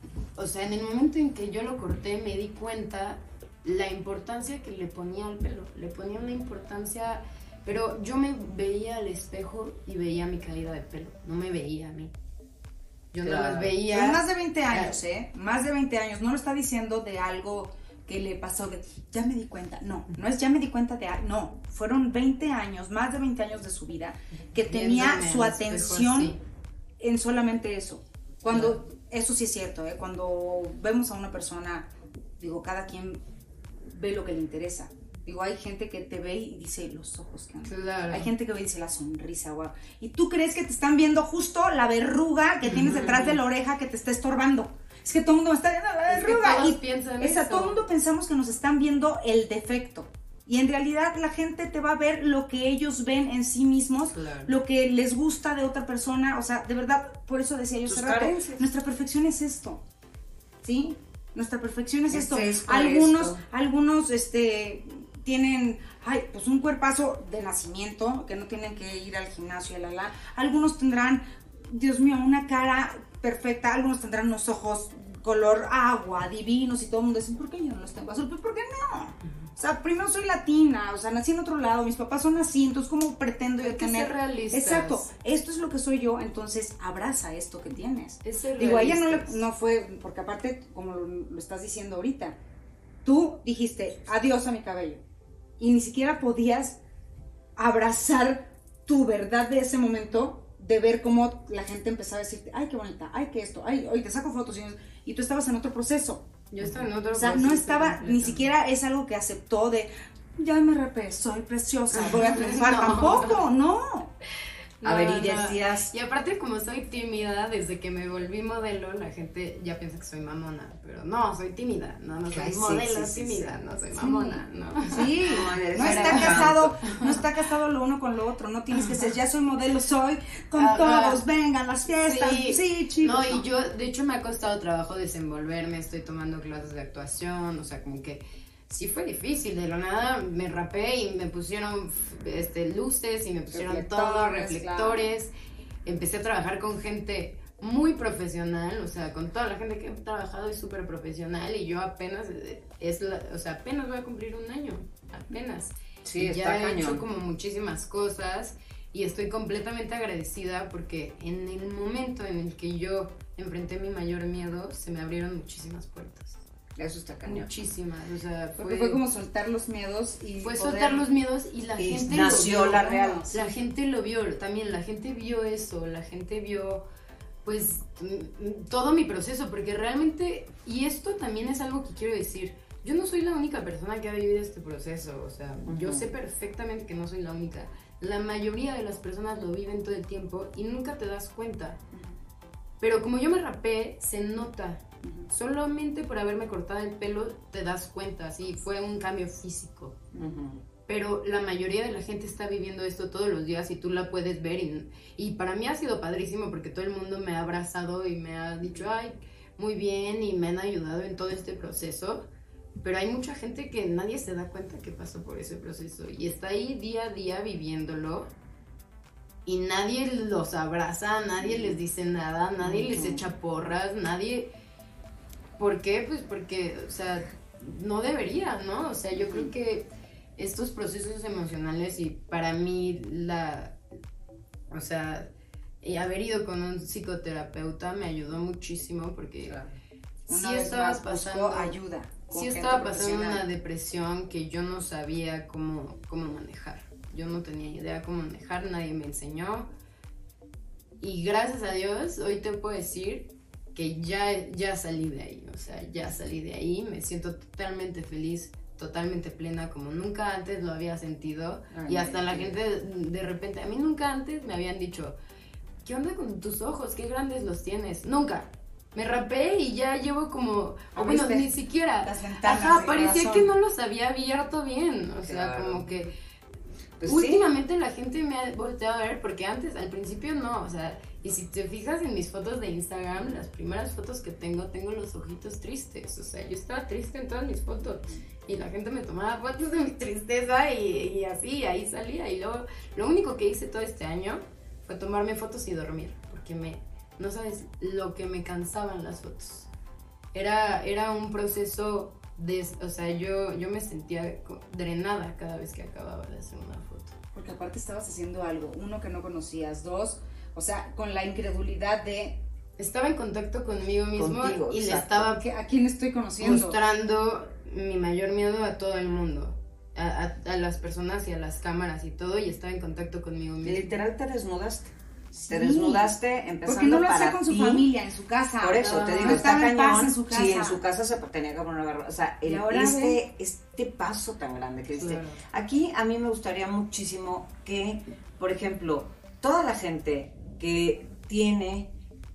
o sea, en el momento en que yo lo corté me di cuenta la importancia que le ponía al pelo, le ponía una importancia, pero yo me veía al espejo y veía mi caída de pelo, no me veía a mí. Yo Claro. nada más veía... Pero más de veinte años, ¿eh? Más de veinte años. No lo está diciendo de algo que le pasó, de ya me di cuenta. No, no es ya me di cuenta de algo. No, fueron veinte años, más de veinte años de su vida, que tenía Viéndome su al espejo atención así. en solamente eso. Cuando, eso sí es cierto, ¿eh? Cuando vemos a una persona, digo, cada quien ve lo que le interesa. Digo, hay gente que te ve y dice los ojos que andan. Claro. Hay gente que ve y dice la sonrisa, wow. Y tú crees que te están viendo justo la verruga que tienes detrás de la oreja que te está estorbando. Es que todo el mundo me está viendo la Es que verruga. todos y piensan esa, eso. todo el mundo pensamos que nos están viendo el defecto. Y en realidad la gente te va a ver lo que ellos ven en sí mismos, Claro. lo que les gusta de otra persona. O sea, de verdad, por eso decía yo Sus hace rato, carencias. nuestra perfección es esto. ¿Sí? Nuestra perfección es Es esto. esto, algunos, esto. algunos, este, tienen, ay, pues un cuerpazo de nacimiento, que no tienen que ir al gimnasio y la la. Algunos tendrán, Dios mío, una cara perfecta. Algunos tendrán unos ojos color agua, divinos, y todo el mundo dice, ¿por qué yo no los tengo azul? Pues, ¿por qué no? O sea, primero soy latina, o sea, nací en otro lado, mis papás son así, entonces ¿cómo pretendo yo Hay que tener? ser realistas. Exacto, esto es lo que soy yo, entonces abraza esto que tienes. Es ser Digo, a ella no, le, realistas. no fue, porque aparte, como lo, lo estás diciendo ahorita, tú dijiste adiós a mi cabello y ni siquiera podías abrazar tu verdad de ese momento, de ver cómo la gente empezaba a decirte, ay, qué bonita, ay, qué esto, ay, hoy te saco fotos y, y tú estabas en otro proceso. Yo estaba en otro O sea, no proceso estaba, ni completamente. siquiera es algo que aceptó de, ya me repé, soy preciosa, voy a triunfar, No. tampoco, no. A ver, y No, no. decías, Y aparte, como soy tímida, desde que me volví modelo, la gente ya piensa que soy mamona. Pero no, soy tímida. No, no soy Ay, sí, modelo sí, sí, tímida, sí. no soy Sí. mamona, ¿no? Sí, No, eres no una está encanto. casado, no está casado lo uno con lo otro, no tienes que ser, ya soy modelo, soy con Ajá. todos, vengan las fiestas, sí, Sí. chicos. No, y yo, de hecho, me ha costado trabajo desenvolverme, estoy tomando clases de actuación, o sea, como que sí fue difícil, de la nada me rapé y me pusieron este, luces y me pusieron todo, Reflectores, reflectores. Empecé a trabajar con gente muy profesional, o sea, con toda la gente que he trabajado es súper profesional y yo apenas, eh, es la, o sea, apenas voy a cumplir un año, apenas. sí, ya está he cañón. hecho como muchísimas cosas y estoy completamente agradecida porque en el momento en el que yo enfrenté mi mayor miedo, se me abrieron muchísimas puertas. Eso está cañón. Muchísimas, o sea, Porque fue, fue como soltar los miedos y fue poder- soltar los miedos y la Y gente nació lo vio. la real. La gente lo vio, también la gente vio eso, la gente vio pues m- m- todo mi proceso, porque realmente, y esto también es algo que quiero decir, yo no soy la única persona que ha vivido este proceso, o sea, yo Ujú. sé perfectamente que no soy la única. La mayoría de las personas lo viven todo el tiempo y nunca te das cuenta. Pero como yo me rapé, se nota, Uh-huh. Solamente por haberme cortado el pelo te das cuenta, sí, fue un cambio físico. Uh-huh. Pero la mayoría de la gente está viviendo esto todos los días y tú la puedes ver. Y, y para mí ha sido padrísimo porque todo el mundo me ha abrazado y me ha dicho, ay, muy bien, y me han ayudado en todo este proceso. Pero hay mucha gente que nadie se da cuenta que pasó por ese proceso y está ahí día a día viviéndolo. Y nadie los abraza, nadie les dice nada, nadie les echa porras, nadie... ¿Por qué? Pues porque, o sea, no debería, ¿no? O sea, yo creo que estos procesos emocionales y para mí la... O sea, haber ido con un psicoterapeuta me ayudó muchísimo porque claro. sí estaba pasando... ayuda. Sí estaba pasando una depresión que yo no sabía cómo, cómo manejar. Yo no tenía idea cómo manejar, nadie me enseñó. Y gracias a Dios, hoy te puedo decir que ya, ya salí de ahí. O sea, ya salí de ahí, me siento totalmente feliz, totalmente plena, como nunca antes lo había sentido. Ay, y hasta la gente de, de repente, a mí nunca antes me habían dicho, ¿qué onda con tus ojos? ¿Qué grandes los tienes? Nunca. Me rapé y ya llevo como, o bueno, ni siquiera. Las ventanas, ajá, parecía que no los había abierto bien. O sea, claro. Como que pues últimamente sí. La gente me ha volteado a ver porque antes, al principio no, o sea, y si te fijas en mis fotos de Instagram, las primeras fotos que tengo, tengo los ojitos tristes, o sea, yo estaba triste en todas mis fotos y la gente me tomaba fotos de mi tristeza y, y así, ahí salía. Y luego, lo único que hice todo este año fue tomarme fotos y dormir, porque me, no sabes lo que me cansaban las fotos. Era, era un proceso de, o sea, yo, yo me sentía drenada cada vez que acababa de hacer una foto. Porque aparte estabas haciendo algo, uno, que no conocías, dos, o sea, con la incredulidad de... Estaba en contacto conmigo mismo. Contigo, y exacto. Le estaba... ¿A quién estoy conociendo? Mostrando mi mayor miedo a todo el mundo, a, a, a las personas y a las cámaras y todo, y estaba en contacto conmigo mismo. Literal te desnudaste. Sí. Te desnudaste empezando porque no lo para hacía con su ti. familia, en su casa. Por eso, te digo, no está cañón. En su casa. Sí, en su casa se tenía que poner la... O sea, el, este, este paso tan grande que diste. Claro. Aquí a mí me gustaría muchísimo que, por ejemplo, toda la gente que tiene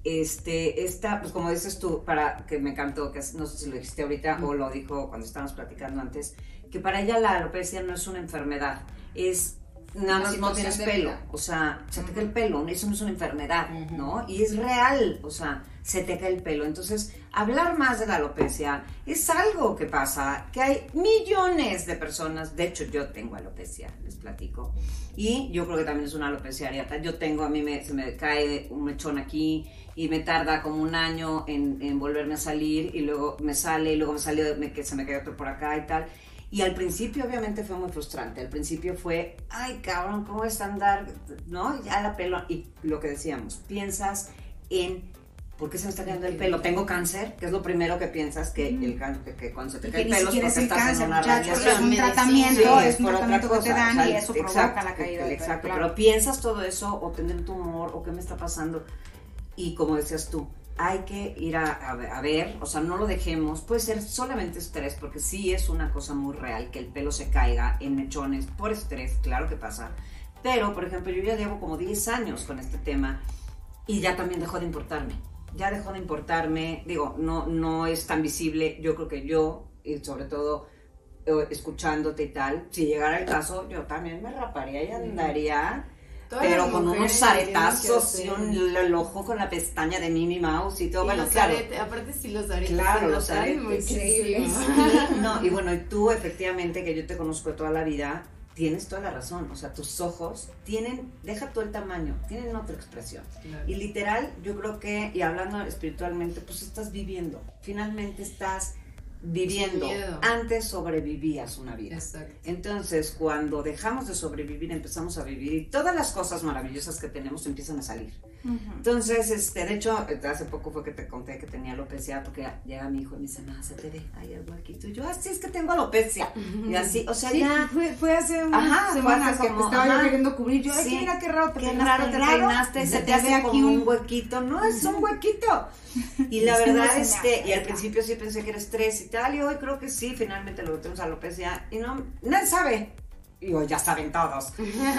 este, esta, pues como dices tú, para que me encantó, que no sé si lo dijiste ahorita mm. o lo dijo cuando estábamos platicando antes, que para ella la alopecia no es una enfermedad, es... Nada más no tienes pelo, vida. O sea, se te cae el pelo, eso no es una enfermedad, uh-huh. ¿no? Y es real, o sea, se te cae el pelo. Entonces, hablar más de la alopecia es algo que pasa, que hay millones de personas, de hecho yo tengo alopecia, les platico, y yo creo que también es una alopecia areata. Yo tengo, a mí me, se me cae un mechón aquí y me tarda como un año en, en volverme a salir y luego me sale y luego me sale, me, que se me cae otro por acá y tal. Y al principio obviamente fue muy frustrante, al principio fue, ay cabrón, ¿cómo es andar? ¿No? Ya la pelo, y lo que decíamos, piensas en, ¿por qué se me está cayendo el pelo? ¿Tengo cáncer? Que es lo primero que piensas, que, mm. el can, que, que cuando se te cae el pelo es porque estás cáncer, en una radiación. Es un tratamiento, sí, es un tratamiento que te dan, o sea, y eso exacto, provoca la caída del pelo. Exacto, claro. Pero piensas todo eso, o tener un tumor, o qué me está pasando, y como decías tú, hay que ir a, a, a ver, o sea, no lo dejemos, puede ser solamente estrés, porque sí es una cosa muy real que el pelo se caiga en mechones por estrés, claro que pasa, pero por ejemplo yo ya llevo como diez años con este tema y ya también dejó de importarme, ya dejó de importarme, digo, no, no es tan visible, yo creo que yo, y sobre todo escuchándote y tal, si llegara el caso, yo también me raparía y andaría... Todas pero con unos aretazos y un, el ojo con la pestaña de Minnie Mouse y todo, y bueno, los claro. Aretes, aparte sí los aretes. Claro, los aretes. Muchísimo. Sí, no, y bueno, y tú efectivamente, que yo te conozco de toda la vida, tienes toda la razón, o sea, tus ojos tienen, deja tú el tamaño, tienen otra expresión. Claro. Y literal, yo creo que, y hablando espiritualmente, pues estás viviendo, finalmente estás viviendo. Antes sobrevivías una vida. Exacto. Entonces, cuando dejamos de sobrevivir, empezamos a vivir y todas las cosas maravillosas que tenemos empiezan a salir. Uh-huh. Entonces, este, de hecho, hace poco fue que te conté que tenía alopecia, porque llega mi hijo y me dice, no, se te ve ahí algo aquí. Y yo, ah, sí, es que tengo alopecia. Uh-huh. Y así, o sea, sí, ya... Fue, fue hace unas semanas que como, estaba ajá, yo queriendo cubrir. Yo, ay, sí, mira qué raro te qué peinaste. raro te peinaste, y se, se te hace aquí un... un huequito. No, es un huequito. Y la verdad, este, y al principio sí pensé que era estrés y tal, y hoy creo que sí, finalmente lo tenemos alopecia, y no, nadie sabe. Y hoy ya saben todos.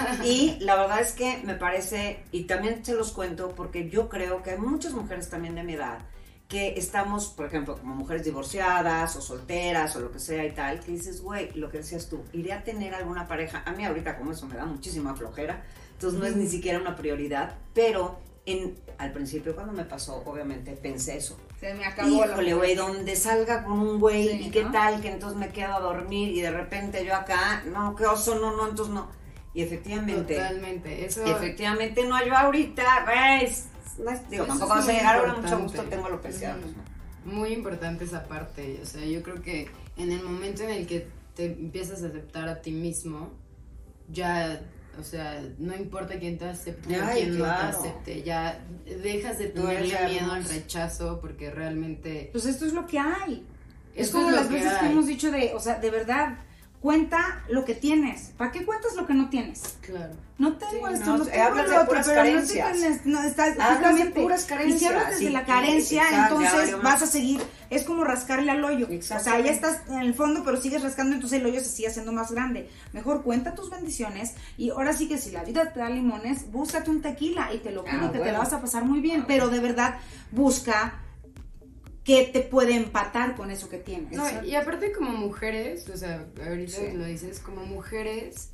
Y la verdad es que me parece, y también se los cuento, porque yo creo que hay muchas mujeres también de mi edad que estamos, por ejemplo, como mujeres divorciadas o solteras o lo que sea y tal, que dices, güey, lo que decías tú, iré a tener alguna pareja. A mí ahorita como eso me da muchísima flojera, entonces no es ni siquiera una prioridad, pero en, al principio cuando me pasó, obviamente, pensé eso. Se me acabó. Híjole, güey, donde salga con un güey, Sí, y qué ¿no? tal, que entonces me quedo a dormir y de repente yo acá, no, qué oso, no, no, entonces no. Y efectivamente, Totalmente, eso... efectivamente no, yo ahorita, güey, es- no es- digo, Eso tampoco es vas a muy llegar ahora, mucho importante. gusto, tengo alopecia. Ujú. Pues, no. Muy importante esa parte, o sea, yo creo que en el momento en el que te empiezas a aceptar a ti mismo, ya, o sea, no importa quién te acepte o Ay, quién claro. no te acepte, ya dejas de Tú eres tenerle miedo al hermosa. rechazo porque realmente... Pues esto es lo que hay. Es Esto como es lo las que veces que hay. hemos dicho de, o sea, de verdad, cuenta lo que tienes. ¿Para qué cuentas lo que no tienes? Claro. No tengo Sí, esto, no, no, eh, tengo hablas lo de otro, puras pero carencias. no tienes, no, estás, Hablas de justamente. puras Y si carencias, hablas desde sí, la carencia, exacto, ya entonces valió vas más. a seguir, es como rascarle al hoyo. O sea, Exactamente. ya estás en el fondo, pero sigues rascando, entonces el hoyo se sigue haciendo más grande. Mejor cuenta tus bendiciones y ahora sí que si la vida te da limones, búscate un tequila y te lo juro Ah, que te bueno. la vas a pasar muy bien, Ah, pero de verdad busca que te puede empatar con eso que tienes. No, y aparte como mujeres, o sea, ahorita Sí. lo dices, como mujeres,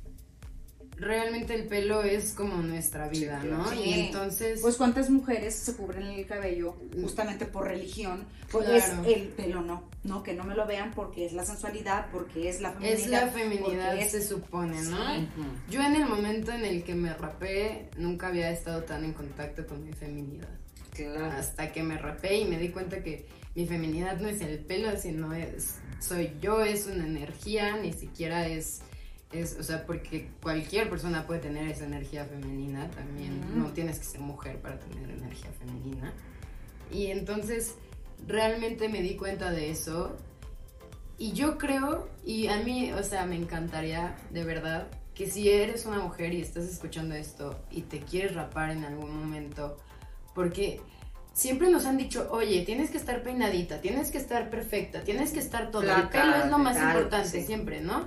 realmente el pelo es como nuestra vida, Sí, ¿no? Sí. Y entonces... Pues cuántas mujeres se cubren el cabello justamente por religión, pues Claro. es el pelo no, no, que no me lo vean porque es la sensualidad, porque es la feminidad. es la feminidad, porque es- se supone, ¿no? Ujú. Yo en el momento en el que me rapé, nunca había estado tan en contacto con mi feminidad. Claro. Hasta que me rapé y me di cuenta que mi feminidad no es el pelo, sino es, soy yo, es una energía, ni siquiera es, es, o sea, porque cualquier persona puede tener esa energía femenina también, Ujú. no tienes que ser mujer para tener energía femenina. Y entonces realmente me di cuenta de eso y yo creo, y a mí, o sea, me encantaría de verdad que si eres una mujer y estás escuchando esto y te quieres rapar en algún momento, porque siempre nos han dicho, oye, tienes que estar peinadita, tienes que estar perfecta, tienes que estar todo. Flaca, El pelo es lo más claro, importante sí. siempre, ¿no?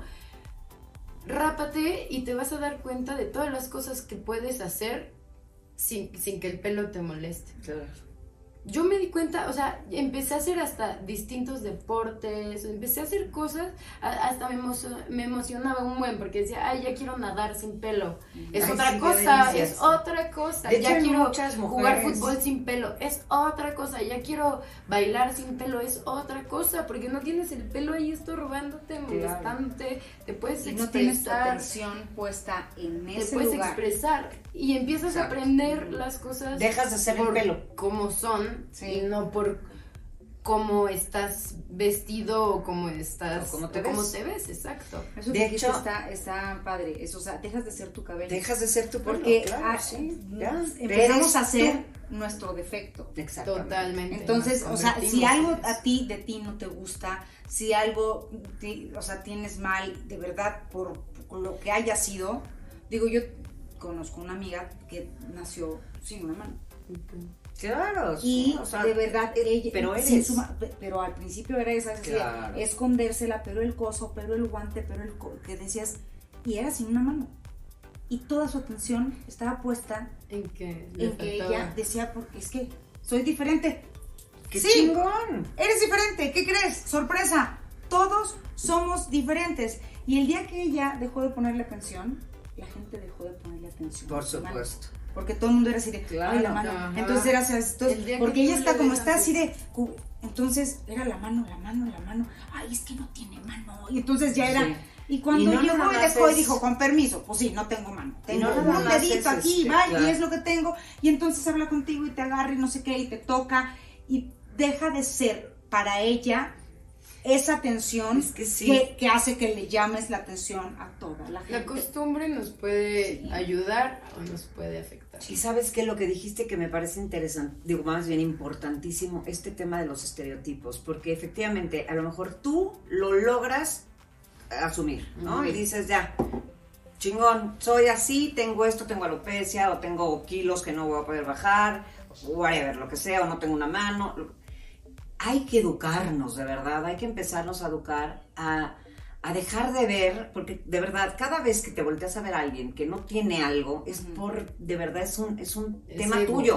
Rápate y te vas a dar cuenta de todas las cosas que puedes hacer sin, sin que el pelo te moleste. Claro. Yo me di cuenta, o sea, empecé a hacer hasta distintos deportes, empecé a hacer cosas, a- hasta me, emocio- me emocionaba un buen porque decía, ay, ya quiero nadar sin pelo. Es Ay, otra sí, qué cosa, delicia. es otra cosa. De hecho, ya hay quiero muchas jugar mujeres- fútbol sin pelo, es otra cosa. Ya quiero bailar sin pelo, es otra cosa, porque no tienes el pelo ahí estorbándote, molestándote, te puedes Y no tienes tu expresar, atención puesta en te ese puedes lugar. expresar y empiezas a Exacto. aprender las cosas. Dejas de ser el por pelo. como son Sí. y no por cómo estás vestido o cómo estás O cómo te o cómo ves. te ves, exacto. Eso De que dijiste hecho- está, está padre, eso, o sea, dejas de ser tu cabello. Dejas de ser tu pelo, porque claro, ah, sí, ya. empezamos Eres a hacer tú. nuestro defecto. Exactamente. Totalmente. Entonces, nos o sea, si convertimos algo en eso. a ti, de ti no te gusta, si algo, ti- o sea, tienes mal, de verdad, por, por lo que haya sido, digo, yo conozco una amiga que nació sin una mano. Claro, Y sí, o sea, de verdad, ella, pero eres. sin su ma- pe- pero al principio era esa, decía, Claro. escondérsela, pero el coso, pero el guante, pero el co- que decías, y era sin una mano. Y toda su atención estaba puesta en que, le en que faltaba. ella decía, porque es que soy diferente. ¡Qué Sí. chingón! Eres diferente, ¿qué crees? Sorpresa, todos somos diferentes. Y el día que ella dejó de ponerle atención, la gente dejó de ponerle atención. Por a su mano. supuesto. Porque todo el mundo era así de, Claro, ay, la mano. ajá. Entonces era así, entonces, El día que porque tú ella le está como dejas está así de- de, cu- entonces era la mano, la mano, la mano. Ay, es que no tiene mano. Y entonces ya era, Sí. y cuando Y no llegó nada y más dejó y es- dijo, con permiso, pues sí, no tengo mano. Y Tengo no nada un más dedito es aquí, este, va, claro. y es lo que tengo. Y entonces habla contigo y te agarra y no sé qué, y te toca, y deja de ser para ella esa atención Es que sí. que, que hace que le llames la atención a toda la gente. La costumbre nos puede Sí. ayudar o nos puede afectar. Y sabes qué, lo que dijiste que me parece interesante, digo, más bien importantísimo, este tema de los estereotipos, porque efectivamente a lo mejor tú lo logras asumir, ¿no? Ujú. Y dices, ya, chingón, soy así, tengo esto, tengo alopecia, o tengo kilos que no voy a poder bajar, whatever, lo que sea, o no tengo una mano. lo- Hay que educarnos, de verdad, hay que empezarnos a educar, a, a dejar de ver, porque de verdad, cada vez que te volteas a ver a alguien que no tiene algo, es Ujú. por, de verdad, es un, es un Es tema ego. tuyo.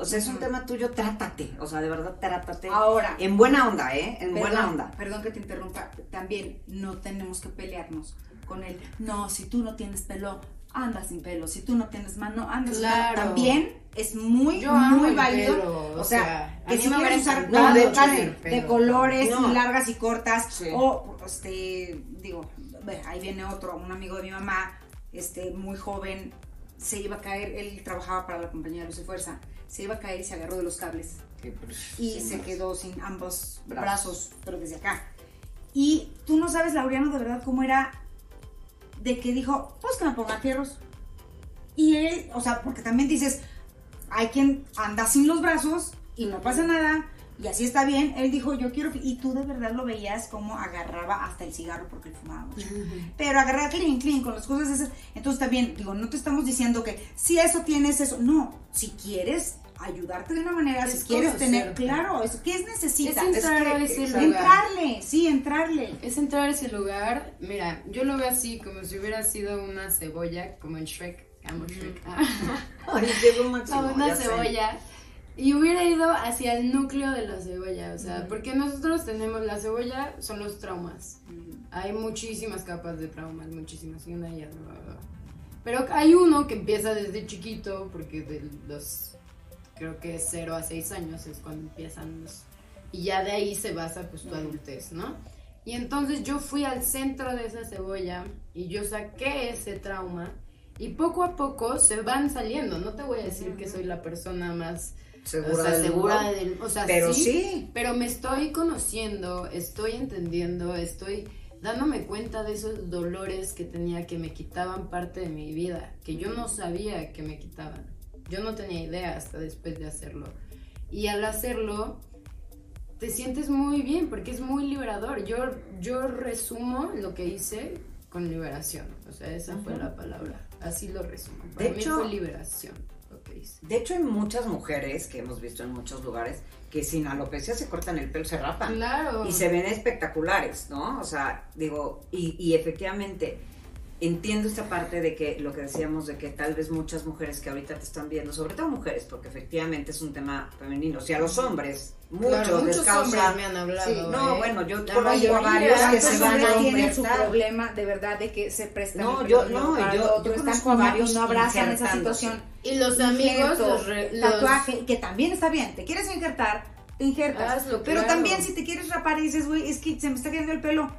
O sea, es un tema tuyo, trátate. O sea, de verdad, trátate. Ahora. En buena onda, ¿eh? En Perdón, buena onda. Perdón que te interrumpa. También no tenemos que pelearnos con él. No, si tú no tienes pelo, anda sin pelo. Si tú no tienes mano, anda sin Claro. pelo. También es muy, Yo amo muy el válido. pelo, o o sea, sea, a que mí si me quieres hubiera usar encantado de, mucho de, el pelo. de colores, No. largas y cortas, Sí. o este, digo, ve, ahí viene otro, un amigo de mi mamá, este, muy joven, se iba a caer, él trabajaba para la compañía Luz y Fuerza, se iba a caer y se agarró de los cables. Sí, pues, Y sin se más. quedó sin ambos Brazos. brazos. pero desde acá. Y tú no sabes, Laureano, de verdad cómo era, de que dijo, pues que me ponga fierros. Y él, o sea, porque también dices, hay quien anda sin los brazos y no pasa nada, y así está bien. Él dijo, yo quiero, y tú de verdad lo veías como agarraba hasta el cigarro, porque él fumaba mucho. Pero agarraba clean, clean, con las cosas esas. Entonces también, digo, no te estamos diciendo que si eso tienes eso, no, si quieres ayudarte de una manera, Es si quieres tener, conocerte. claro, es, ¿qué es necesita? Es entrar que- a ese es lugar. entrarle, sí, entrarle. Es entrar a ese lugar, mira, yo lo veo así, como si hubiera sido una cebolla, como en Shrek, amo Shrek, Ay, llegó máximo, como una ya sé. cebolla, y hubiera ido hacia el núcleo de la cebolla, o sea, porque nosotros tenemos, la cebolla son los traumas, hay muchísimas capas de traumas, muchísimas, y una ya, bla, bla, bla. Pero hay uno que empieza desde chiquito, porque de los, creo que cero a seis años es cuando empiezan los, y ya de ahí se basa pues tu adultez, ¿no? Y entonces yo fui al centro de esa cebolla y yo saqué ese trauma y poco a poco se van saliendo. No te voy a decir que soy la persona más Segura o sea, del segura mundo. del, o sea, Pero sí, sí. pero me estoy conociendo, estoy entendiendo, estoy dándome cuenta de esos dolores que tenía, que me quitaban parte de mi vida, que yo no sabía que me quitaban. Yo no tenía idea hasta después de hacerlo. Y al hacerlo, te sientes muy bien porque es muy liberador. Yo, yo resumo lo que hice con liberación. O sea, esa fue la palabra. Así lo resumo. Para De mí hecho- fue liberación lo que hice. De hecho, hay muchas mujeres que hemos visto en muchos lugares que sin alopecia se cortan el pelo, se rapan. Claro. Y se ven espectaculares, ¿no? O sea, digo, y, y efectivamente entiendo esta parte de que lo que decíamos de que tal vez muchas mujeres que ahorita te están viendo, sobre todo mujeres, porque efectivamente es un tema femenino, o sea, los hombres, muchos, Claro, les muchos causa... hombres me han hablado. Sí, no, ¿eh? bueno, yo La conozco a mayoría, varios que ¿cuántos se van hombres a tienen su injertar. problema de verdad de que se prestan No, el yo- pelo no, para yo- lo yo otro, están conozco a con- varios y no abrazan esa injertándose. situación. Y los amigos, Injerto, los, re- los- tatuaje, que también está bien, te quieres injertar, te injertas. Hazlo, pero claro. también si te quieres rapar y dices, güey, es que se me está cayendo el pelo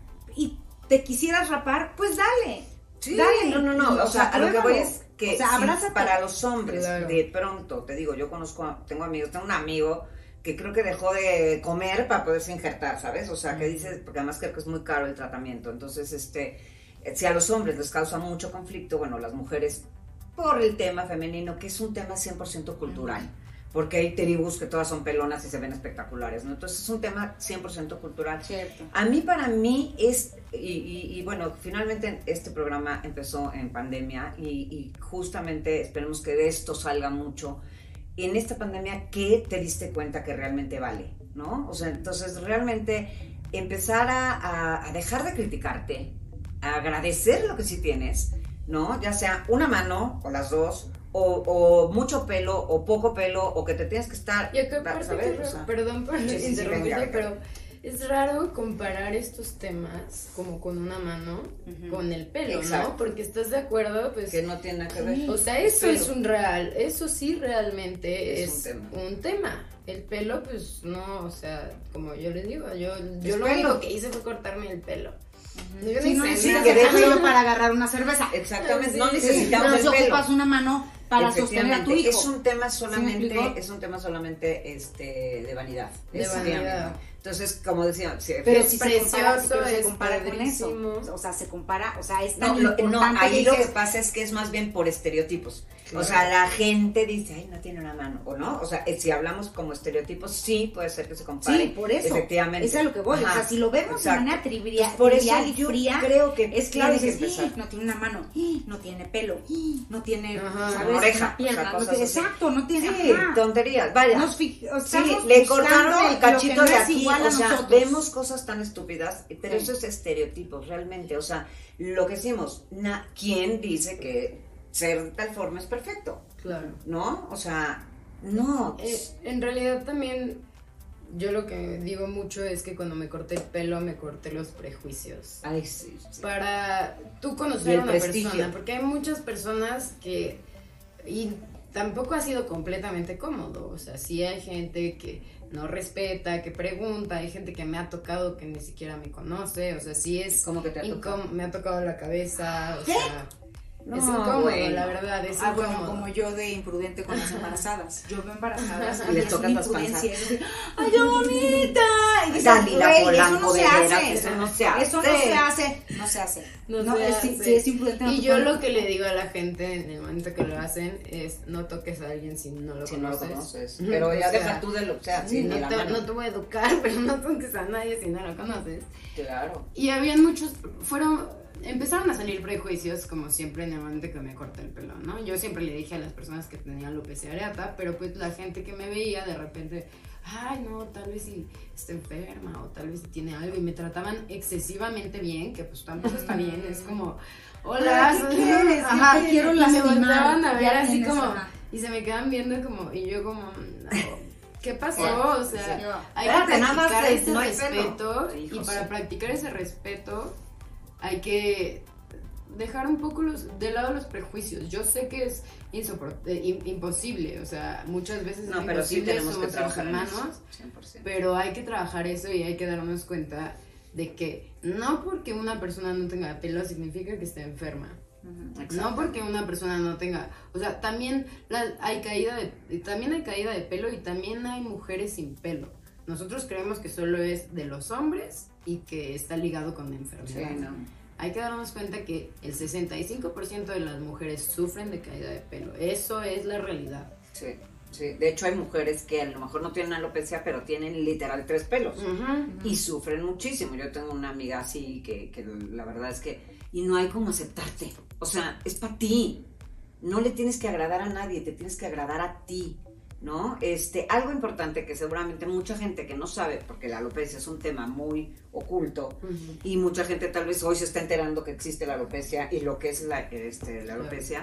y te quisieras rapar, pues dale. Sí, dale. no, no, no, Y, o sea, a lo que voy pruébalo. es que O sea, si abrázate. para los hombres, Claro. de pronto, te digo, yo conozco, a- tengo amigos, tengo un amigo que creo que dejó de comer para poderse injertar, ¿sabes? O sea, que dices, porque además creo que es muy caro el tratamiento, entonces, este, eh, si a los hombres les causa mucho conflicto, bueno, las mujeres, por el tema femenino, que es un tema cien por ciento cultural, porque hay tribus que todas son pelonas y se ven espectaculares, ¿no? Entonces es un tema cien por ciento cultural. Cierto. A mí, para mí, es, y, y- y bueno, finalmente este programa empezó en pandemia y, y justamente esperemos que de esto salga mucho. En esta pandemia, ¿qué te diste cuenta que realmente vale? ¿No? O sea, entonces realmente empezar a, a- a dejar de criticarte, a agradecer lo que sí tienes, ¿no? Ya sea una mano o las dos, o, o mucho pelo o poco pelo, o que te tienes que estar, Y acá aparte ¿sabes? que- O sea, perdón por sí, sí, sí, interrumpirte, venga, venga. pero es raro comparar estos temas como con una mano con el pelo, Exacto. ¿no? Porque estás de acuerdo, pues que no tiene nada que ver. o sea, eso Pelo. es un real, eso sí realmente Es es, un un, tema. tema. El pelo, pues no, o sea, como yo les digo, yo, yo Es lo pelo. único que hice fue cortarme el pelo. Yo Sí, ni no sé necesitas nada. que deje- dejarlo para agarrar una cerveza. Exactamente, no Sí, necesitamos Pero el si pelo. ocupas una mano para sostener a tu Efectivamente, hijo. es un tema me solamente, explico? es un tema solamente este de vanidad. De Efectivamente. vanidad. Entonces, como decía, sí, Pero Es si se compara, precioso, pero se es compara con eso. padrísimo. O sea, se compara, o sea, es no, tan lo- no, importante ahí que lo que dices, pasa es que es más bien por estereotipos. Claro. O sea, la gente dice, ay, no tiene una mano, o no. O sea, eh, si hablamos como estereotipos, sí puede ser que se compare. Sí, por eso. Efectivamente. Es a lo que voy. Ajá, o sea, si lo vemos exacto. de manera trivia, Pues por eso trivial y yo fría, creo que es claro, tiene que dices, empezar. "Ih, no tiene una mano, ih, no tiene pelo, ih, no tiene, Ajá. ¿sabes? Una oreja, Una pierna, o sea, no cosas tiene- así. exacto, no tiene, Sí, ajá. tonterías, vaya. Nos fij- o Sí, estamos le buscando cortaron el lo cachito que no de es aquí, igual a o sea, nosotros. vemos cosas tan estúpidas, pero Sí. eso es estereotipos realmente, o sea, lo que decimos, na- ¿quién dice que ser de tal forma es perfecto? Claro. ¿No? O sea, No. Eh, en realidad también yo lo que digo mucho es que cuando me corté el pelo me corté los prejuicios. Ay, sí, sí. Para tú Y conocer el a una prestigio. persona, porque hay muchas personas que y tampoco ha sido completamente cómodo, o sea, sí hay gente que no respeta, que pregunta, hay gente que me ha tocado que ni siquiera me conoce, o sea, sí es ¿Cómo que te ha incóm- tocado? me ha tocado la cabeza, o ¿Qué? sea, No, es incómodo, bueno. la verdad, es Ah, bueno, incómodo. como yo de imprudente con las embarazadas. Yo veo embarazadas Y y les es tocan una las imprudencia. panzas. es de, ¡ay, qué bonita! Y dices, Dalila "Güey, Polanco, eso no se de veras, hace. eso no se hace. Eso no se hace. No se hace. No No, se es, hace. si, si es imprudente. no Y te yo pueden- lo que le digo a la gente en el momento que lo hacen es no toques a alguien si no lo Si no lo conoces. conoces. Ujú, Pero o ya sea, deja tú de lo, o sea, sí, sí, no, ni la te, mano. no te voy a educar, pero no toques a nadie si no lo conoces. Claro. Y habían muchos, fueron, empezaron a salir prejuicios como siempre en el momento que me corté el pelo, ¿no? Yo siempre le dije a las personas que tenían alopecia areata, pero pues la gente que me veía de repente, ay no, tal vez si está enferma o tal vez si tiene algo y me trataban excesivamente bien, que pues tampoco está bien, es como, hola, Ay, ¿qué soy- quieres? Yo ajá, te quiero y me lastimar. volteaban a ver Ya así tienes, como, ajá. y se me quedan viendo como, y yo como, no, ¿qué pasó? O sea, Sí. hay Espérate, que nada más practicar te- ese no hay pelo. respeto Hijo, y para sí. practicar ese respeto hay que dejar un poco los, de lado los prejuicios. Yo sé que es insoport- eh, im- imposible, o sea, muchas veces No, es pero sí imposible, tenemos que somos seres trabajar en eso. humanos, cien por ciento. pero hay que trabajar eso y hay que darnos cuenta de que no porque una persona no tenga pelo significa que esté enferma. Ujú. No porque una persona no tenga, o sea, también la- hay caída de, también hay caída de pelo y también hay mujeres sin pelo. Nosotros creemos que solo es de los hombres y que está ligado con la Sí, enfermedad. no. Hay que darnos cuenta que el sesenta y cinco por ciento de las mujeres sufren de caída de pelo. Eso es la realidad. Sí, sí. De hecho, hay mujeres que a lo mejor no tienen alopecia, pero tienen literal tres pelos. Y sufren muchísimo. Yo tengo una amiga así que, que la verdad es que... Y no hay como aceptarte. O sea, es para ti. No le tienes que agradar a nadie, te tienes que agradar a ti, ¿no? Este, algo importante que seguramente mucha gente que no sabe, porque la alopecia es un tema muy oculto, Ujú. y mucha gente tal vez hoy se está enterando que existe la alopecia y lo que es la, este, la alopecia,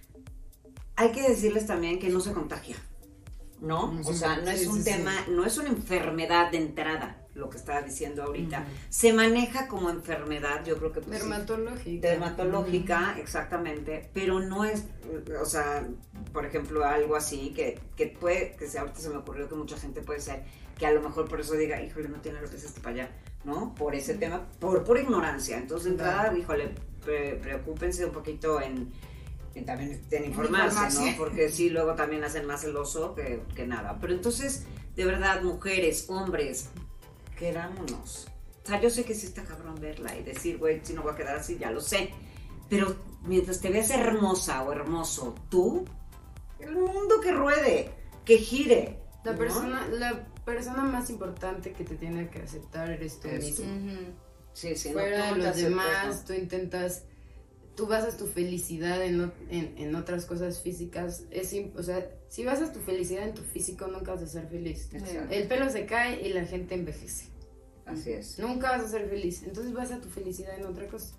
hay que decirles también que no se contagia, ¿no? O sea, no Sí, es sí, un sí. tema, no es una enfermedad de entrada, lo que estaba diciendo ahorita. Ujú. Se maneja como enfermedad, yo creo que pues, sí, Dermatológica. dermatológica, exactamente, pero no es, o sea, por ejemplo, algo así que, que puede, que se, ahorita se me ocurrió que mucha gente puede ser, que a lo mejor por eso diga, híjole, no tiene alopecia hasta para allá, ¿no? Por ese tema, por pura ignorancia. Entonces, de entrada, híjole, pre- preocúpense un poquito en, en también en informarse, informarse. ¿no? Porque sí, luego también hacen más el oso que, que nada. Pero entonces, de verdad, mujeres, hombres, querámonos. O sea, yo sé que sí está cabrón verla y decir, güey, si no voy a quedar así, ya lo sé. Pero mientras te veas hermosa o hermoso, tú, el mundo que ruede, que gire. La ¿no? persona, la persona más importante que te tiene que aceptar eres tú Eso. mismo. Ujú. Sí, sí, no, Fuera tú de te los aceptas, demás, ¿no? tú intentas, tú basas tu felicidad en, o- en, en otras cosas físicas. Es, im- o sea, si basas tu felicidad en tu físico, nunca vas a ser feliz. Exacto. El pelo se cae y la gente envejece. Así es. Nunca vas a ser feliz. Entonces basa tu felicidad en otra cosa.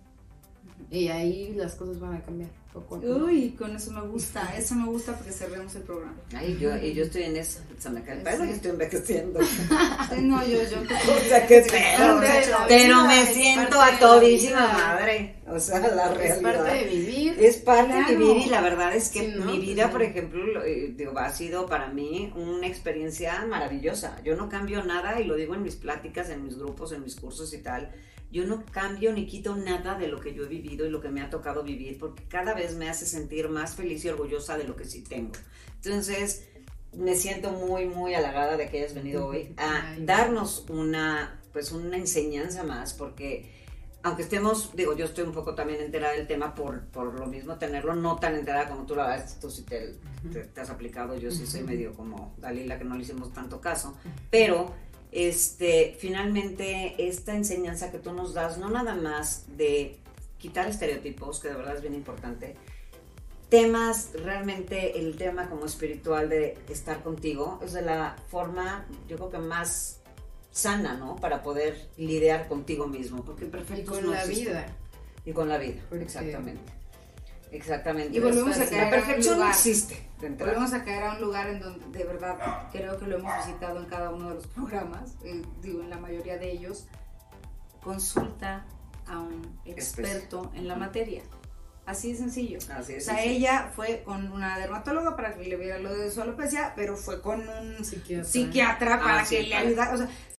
Y ahí las cosas van a cambiar poco a poco. Uy, con eso me gusta, eso me gusta porque cerremos el programa. Ay, yo, y yo estoy en eso. Se me cae el pelo y estoy envejeciendo. Sí, no, yo, yo. O sea, qué pedo. parte de la Pero vida, me es siento parte a de la todísima vida. madre. O sea, la Es realidad. parte de vivir. Es parte Claro. de vivir y la verdad es que Sí, ¿no? mi vida, Pues, por no. ejemplo, lo- eh, digo, ha sido para mí una experiencia maravillosa. Yo no cambio nada y lo digo en mis pláticas, en mis grupos, en mis cursos y tal. Yo no cambio ni quito nada de lo que yo he vivido y lo que me ha tocado vivir porque cada vez me hace sentir más feliz y orgullosa de lo que sí tengo. Entonces, me siento muy, muy halagada de que hayas venido hoy a Ay. darnos una, pues una enseñanza más porque aunque estemos, digo, yo estoy un poco también enterada del tema por, por lo mismo tenerlo, no tan enterada como tú la verdad, tú sí te, te, te has aplicado, yo sí soy medio como Dalila que no le hicimos tanto caso, pero este, finalmente esta enseñanza que tú nos das, no nada más de quitar estereotipos, que de verdad es bien importante, temas, realmente el tema como espiritual de estar contigo, es de la forma, yo creo que más sana, ¿no? Para poder lidiar contigo mismo, porque Y perfectos con no la existen. vida. Y con la vida, Porque- exactamente. Exactamente. Y volvemos a La caer a un perfección no lugar. existe. de entrada. Volvemos a caer a un lugar en donde de verdad creo que lo hemos visitado en cada uno de los programas, eh, digo en la mayoría de ellos, consulta a un experto en la materia. Así de sencillo. Así es. O sea, ella fue con una dermatóloga para que le viera lo de su alopecia, pero fue con un Psiquiatra. psiquiatra para Ah, sí, que le para- ayudara. O sea,